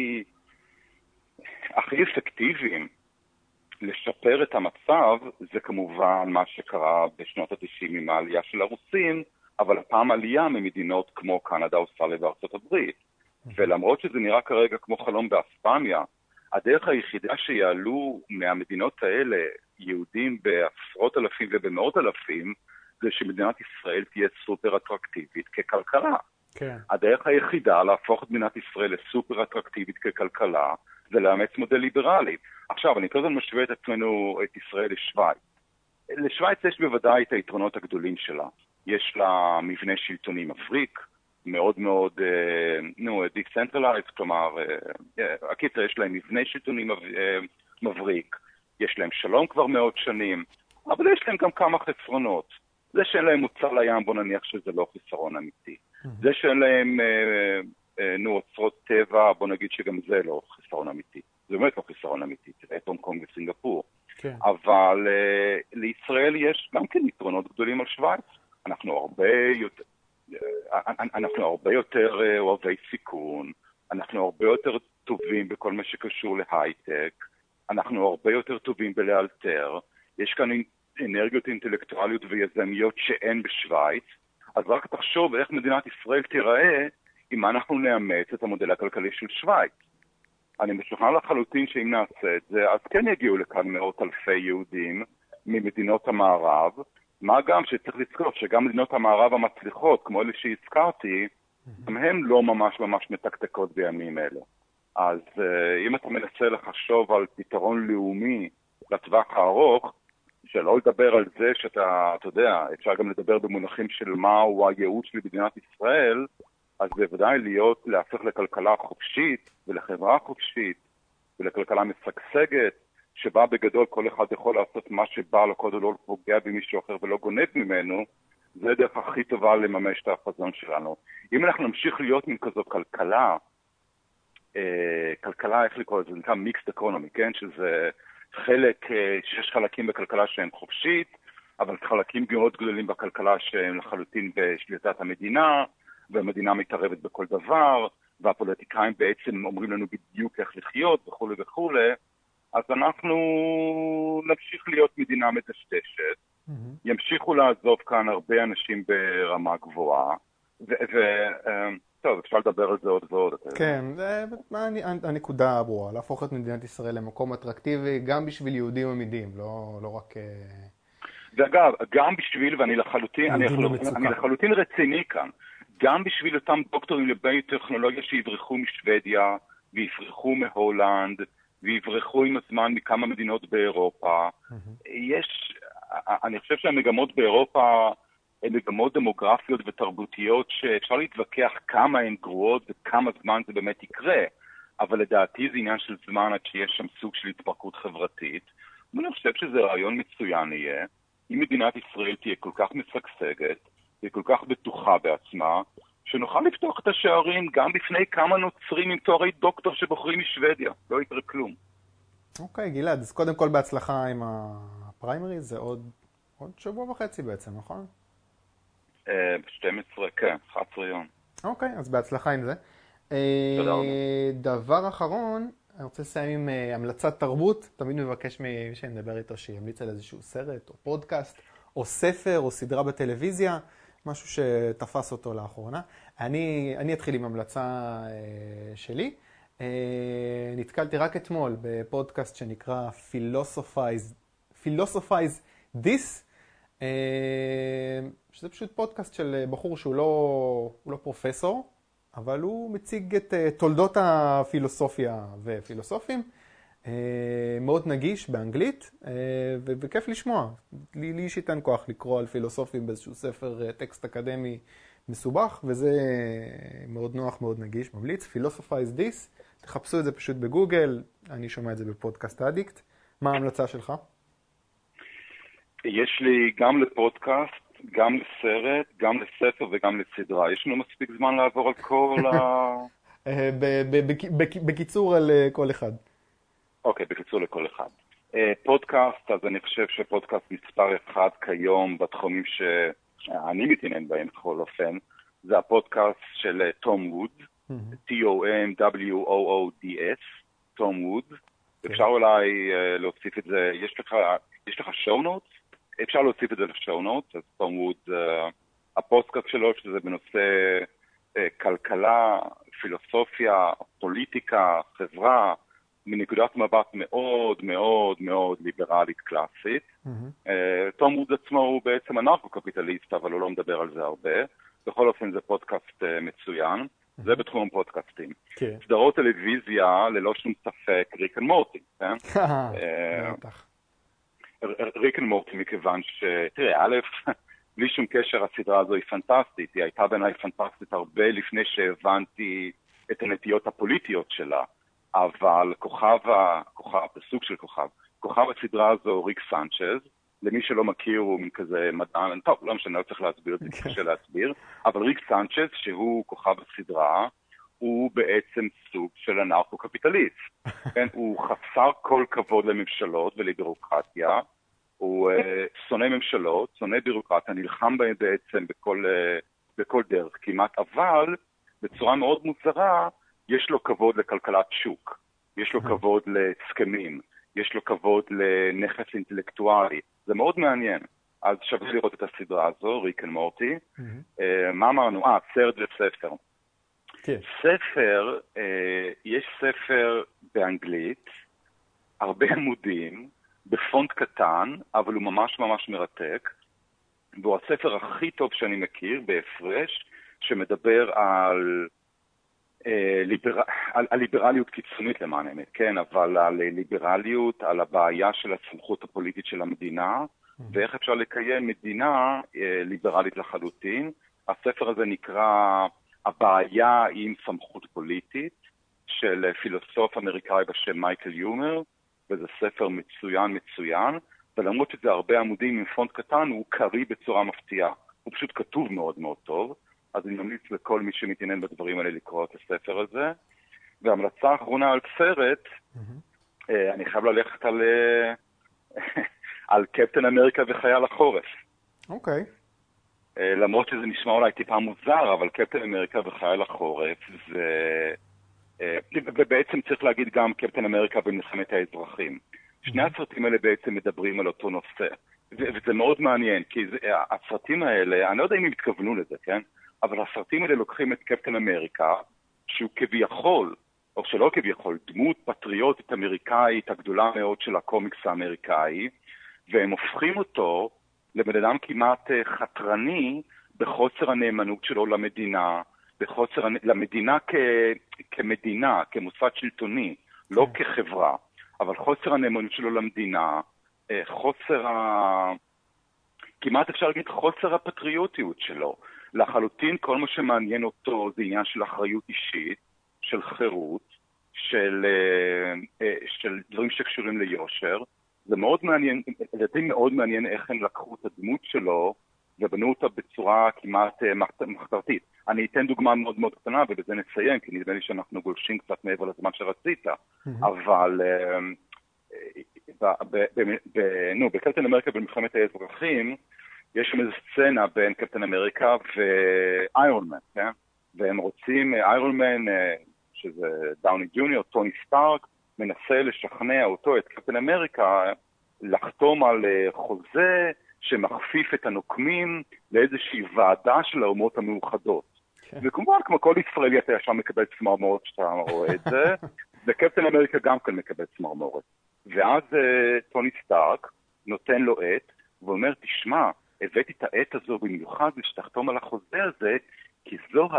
הכי אפקטיביים לשפר את המצב זה כמובן מה שקרה בשנות ה-90 עם העלייה של הרוסים, אבל הפעם עלייה ממדינות כמו קנדה, אוסטרליה וארצות הברית. ולמרות שזה נראה כרגע כמו חלום באספמיה, הדרך היחידה שיעלו מהמדינות האלה יהודים בעשרות אלפים ובמאות אלפים, זה שמדינת ישראל תהיה סופר אטרקטיבית ככלכלה. כן. הדרך היחידה להפוך את מדינת ישראל לסופר אטרקטיבית ככלכלה, זה לאמץ מודל ליברלי. עכשיו, אני כל הזמן משווה את עצמנו, את ישראל לשוויץ. לשוויץ יש בוודאי את היתרונות הגדולים שלה. יש לה מבנה שלטוני מבריק, מאוד מאוד, decentralized, כלומר, הקיצר, יש להם מבנה שלטוני מבריק, יש להם שלום כבר מאות שנים, אבל יש להם גם כמה חסרונות. זה שאין להם מוצא לים, בוא נניח שזה לא חיסרון אמיתי. זה שאין להם אוצרות טבע, בוא נגיד שגם זה לא חיסרון אמיתי. זה באמת לא חיסרון אמיתי, תראה את הונג קונג וסינגפור. כן. אבל לישראל יש גם כן יתרונות גדולים על שוויץ. אנחנו הרבה יותר אוהבי סיכון, אנחנו הרבה יותר טובים בכל מה שקשור להייטק, אנחנו הרבה יותר טובים בלאלתר, יש כאן אנרגיות אינטלקטואליות ויזמיות שאין בשוויץ, אז רק תחשוב איך מדינת ישראל תיראה אם אנחנו נאמץ את המודל הכלכלי של שוויץ. אני משוכנע לחלוטין שאם נעשה את זה, אז כן יגיעו לכאן מאות אלפי יהודים ממדינות המערב, מה גם שצריך לזכור שגם מדינות המערב המצליחות, כמו אלה שהזכרתי, גם הן לא ממש מתקתקות בימים אלה. אז אם אתה מנסה לחשוב על פתרון לאומי לטווח הארוך, שלא לדבר על זה שאתה יודע, אפשר גם לדבר במונחים של מהו הייעוד של מדינת ישראל, אז בוודאי להפך לכלכלה חופשית ולחברה חופשית ולכלכלה משגשגת, שבה בגדול כל אחד יכול לעשות מה שבא לו, כל לא פוגע במישהו אחר ולא גונב ממנו, זה הדרך הכי טובה לממש את החזון שלנו. אם אנחנו נמשיך להיות עם כזו כלכלה, איך לקרוא לזה? זה נקרא mixed economy, כן? שזה חלק, שיש חלקים בכלכלה שהם חופשית, אבל חלקים מאוד גדולים בכלכלה שהם לחלוטין בשליטת המדינה, והמדינה מתערבת בכל דבר, והפוליטיקאים בעצם אומרים לנו בדיוק איך לחיות וכו' וכו', אז אנחנו נמשיך להיות מדינה מדשדשת, ימשיכו לעזוב כאן הרבה אנשים ברמה גבוהה, טוב, אפשר לדבר על זה עוד ועוד. כן, הנקודה ברורה, להפוך את מדינת ישראל למקום אטרקטיבי, גם בשביל יהודים עמידים, לא רק... ואגב, גם בשביל, ואני לחלוטין רציני כאן, גם בשביל אותם דוקטורים לביוטכנולוגיה שיברחו משוודיה, ויברחו מהולנד, ויברחו עם הזמן מכמה מדינות באירופה. אני חושב שהמגמות באירופה הן מגמות דמוגרפיות ותרבותיות שאפשר להתווכח כמה הן גרועות וכמה זמן זה באמת יקרה, אבל לדעתי זה עניין של זמן עד שיש שם סוג של התפרקות חברתית. ואני חושב שזה רעיון מצוין יהיה, אם מדינת ישראל תהיה כל כך משגשגת, תהיה כל כך בטוחה בעצמה, שנוכל לפתוח את השערים גם בפני כמה נוצרים עם תוארי דוקטור שבוחרים משוודיה. לא יקרה כלום. אוקיי, גלעד, אז קודם כל בהצלחה עם הפריימריז, זה עוד שבוע וחצי בעצם, נכון? 12, כן, 11 יום. אוקיי, אז בהצלחה עם זה. תודה רבה. דבר אחרון, אני רוצה לסיים עם המלצת תרבות. תמיד מבקש ממי שנדבר איתו שימליץ על איזשהו סרט או פודקאסט או ספר או סדרה בטלוויזיה, משהו שתפס אותו לאחרונה. אני אתחיל עם המלצה שלי. נתקלתי רק אתמול בפודקאסט שנקרא Philosophize This, שזה פשוט פודקאסט של בחור שהוא לא פרופסור, אבל הוא מציג את תולדות הפילוסופיה ופילוסופים, מאוד נגיש באנגלית, וכיף לשמוע. לי אישית אין כוח לקרוא על פילוסופים באיזשהו ספר טקסט אקדמי מסובך, וזה מאוד נוח, מאוד נגיש, ממליץ. Philosophize This, תחפשו את זה פשוט בגוגל, אני שומע את זה בפודקאסט אדיקט. מה ההמלצה שלך? יש לי גם לפודקאסט, גם לסרט, גם לספר וגם לסדרה. יש לנו מספיק זמן לעבור על כל בקיצור על כל אחד. אוקיי, בקיצור לכל אחד. פודקאסט, אז אני חושב שפודקאסט מספר אחד כיום בתחומים שאני מתעניין בהם בכל אופן, זה הפודקאסט של תום ווד, T-O-M-W-O-O-D-S, תום ווד. אפשר אולי להוסיף את זה, יש לך show notes? אפשר להוסיף את זה לשואו נוטס, אז תום ווד, הפודקאסט שלו, שזה בנושא כלכלה, פילוסופיה, פוליטיקה, חברה, מנקודת מבט מאוד מאוד מאוד ליברלית קלאסית. תום ווד עצמו הוא בעצם אנרכו-קפיטליסט, אבל הוא לא מדבר על זה הרבה. בכל אופן זה פודקאסט מצוין, זה בתחום הפודקאסטים. סדרות טלוויזיה, ללא שום ספק, ריק אנד מורטי, כן? ריק אנד מורטי, מכיוון תראה, א', בלי שום קשר, הסדרה הזו היא פנטסטית. היא הייתה בעיניי פנטסטית הרבה לפני שהבנתי את הנטיות הפוליטיות שלה. אבל בסוג של כוכב הסדרה הזו, ריק סנצ'ז, למי שלא מכיר הוא מין כזה מדען, טוב, לא משנה, לא צריך להסביר את זה, קשה להסביר, אבל ריק סנצ'ז, שהוא כוכב הסדרה, הוא בעצם סוג של אנרכו-קפיטליסט. כן? הוא חסר כל כבוד לממשלות ולבירוקרטיה, הוא שונא ממשלות, שונא בירוקרטיה, נלחם בהם בעצם בכל דרך כמעט, אבל בצורה מאוד מוזרה, יש לו כבוד לכלכלת שוק, יש לו כבוד לסכמים, יש לו כבוד לנכס אינטלקטואלי. זה מאוד מעניין. אז שווה לראות את הסדרה הזו, ריק אנד מורטי. מה אמרנו? סרט וספר. ספר, יש ספר באנגלית, הרבה עמודים, בפונט קטן, אבל הוא ממש ממש מרתק, והוא הספר הכי טוב שאני מכיר, בהפרש, שמדבר על ליברליות קיצונית למען האמת, כן, אבל על ליברליות, על הבעיה של הסמכות הפוליטית של המדינה, ואיך אפשר לקיים מדינה ליברלית לחלוטין. הספר הזה נקרא הבעיה עם סמכות פוליטית, של פילוסוף אמריקאי בשם מייקל יומר, וזה ספר מצוין מצוין, ולמרות שזה הרבה עמודים עם פונט קטן, הוא קריא בצורה מפתיעה. הוא פשוט כתוב מאוד מאוד טוב, אז אני ממליץ לכל מי שמתעניין בדברים האלה לקרוא את הספר הזה. והמלצה האחרונה על סרט, אני חייב ללכת על קפטן אמריקה וחייל החורף. אוקיי. למרות שזה נשמע אולי טיפה מוזר, אבל קפטן אמריקה וחייל החורף ובעצם צריך להגיד גם קפטן אמריקה במלחמת האזרחים. שני הסרטים האלה בעצם מדברים על אותו נושא. וזה מאוד מעניין, כי הסרטים האלה, אני לא יודע אם הם התכוונו לזה, כן? אבל הסרטים האלה לוקחים את קפטן אמריקה, שהוא כביכול, או שלא כביכול, דמות פטריוטית אמריקאית הגדולה מאוד של הקומיקס האמריקאי, והם הופכים אותו לבן אדם כמעט חתרני בחוסר הנאמנות שלו למדינה, למדינה כמדינה, כמוסד שלטוני, לא כחברה, אבל חוסר הנאמנות שלו למדינה, כמעט אפשר להגיד חוסר הפטריוטיות שלו. לחלוטין כל מה שמעניין אותו זה עניין של אחריות אישית, של חירות, של דברים שקשורים ליושר. זה מאוד מעניין, לדעתי מאוד מעניין איך הם לקחו את הדמות שלו ובנו אותה בצורה כמעט מחתרתית. אני אתן דוגמה מאוד מאוד קטנה ובזה נסיים, כי נדמה לי שאנחנו גולשים קצת מעבר לזמן שרצית. אבל בקפטן אמריקה במלחמת האזרחים, יש שם איזו סצנה בין קפטן אמריקה ואיירון מן, כן? והם רוצים, איירון מן, שזה דאוני ג'וניור, טוני סטארק, מנסה לשכנע אותו, את קפטן אמריקה, לחתום על חוזה שמכפיף את הנוקמים לאיזושהי ועדה של האומות המאוחדות. וכמובן, כמו כל ישראלי, אתה ישר מקבל צמרמורת שאתה רואה את זה, וקפטן אמריקה גם כן מקבל צמרמורת. ואז טוני סטארק נותן לו עט, ואומר, תשמע, הבאתי את העט הזו במיוחד שתחתום על החוזה הזה, כי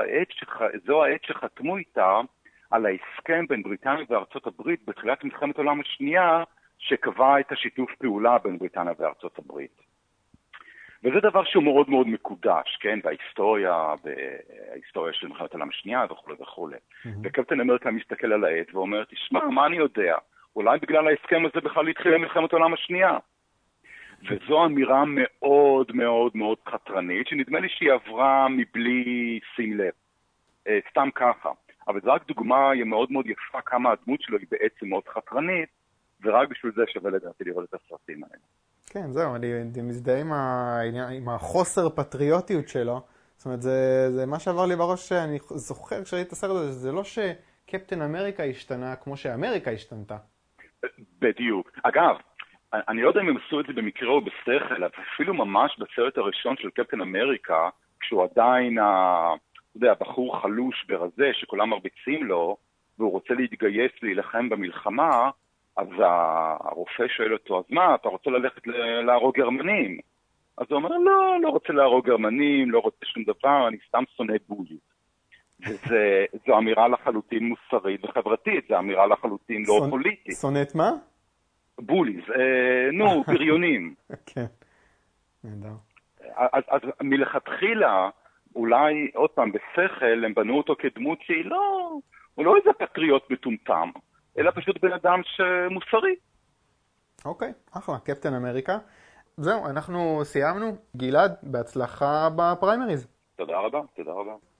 זו העט שחתמו איתה על ההסכם בין בריטניה וארצות הברית בתחילת מלחמת העולם השנייה, שקבע את השיתוף פעולה בין בריטניה וארצות הברית. וזה דבר שהוא מאוד מאוד מקודש, כן? בהיסטוריה של מלחמת העולם השנייה וכו' וכו'. וקפטן אמריקה מסתכל על העט ואומר, תשמע, מה אני יודע? אולי בגלל ההסכם הזה בכלל התחילה מלחמת העולם השנייה. וזו אמירה מאוד מאוד מאוד חתרנית, שנדמה לי שהיא עברה מבלי שים לב. סתם ככה. אבל זו רק דוגמה מאוד מאוד יפה כמה הדמות שלו היא בעצם מאוד חתרנית, ורק בשביל זה שווה לדעתי לראות את הסרטים האלה. כן, זהו, אני מזדהה עם החוסר פטריוטיות שלו. זאת אומרת, זה מה שעבר לי בראש, שאני זוכר כשראיתי את הסרט הזה, זה לא שקפטן אמריקה השתנה כמו שאמריקה השתנתה. בדיוק. אגב, אני לא יודע אם הם עשו את זה במקרה או בשכל, אבל אפילו ממש בסרט הראשון של קפטן אמריקה, כשהוא עדיין הבחור חלוש ברזה שכולם מרביצים לו, והוא רוצה להתגייס להילחם במלחמה, אז הרופא שואל אותו, אז מה, אתה רוצה ללכת להרוג גרמנים? אז הוא אומר, לא רוצה להרוג גרמנים, לא רוצה שום דבר, אני סתם שונא בולית. וזו אמירה לחלוטין מוסרית וחברתית, זו אמירה לחלוטין לא פוליטית. שונאת מה? בוליז, בריונים. כן, נהדר. אז מלכתחילה, אולי עוד פעם בשכל, הם בנו אותו כדמות הוא לא איזה פטריוט מטומטם, אלא פשוט בן אדם שמוסרי. אוקיי, אחלה, קפטן אמריקה. זהו, אנחנו סיימנו. גלעד, בהצלחה בפריימריז. תודה רבה, תודה רבה.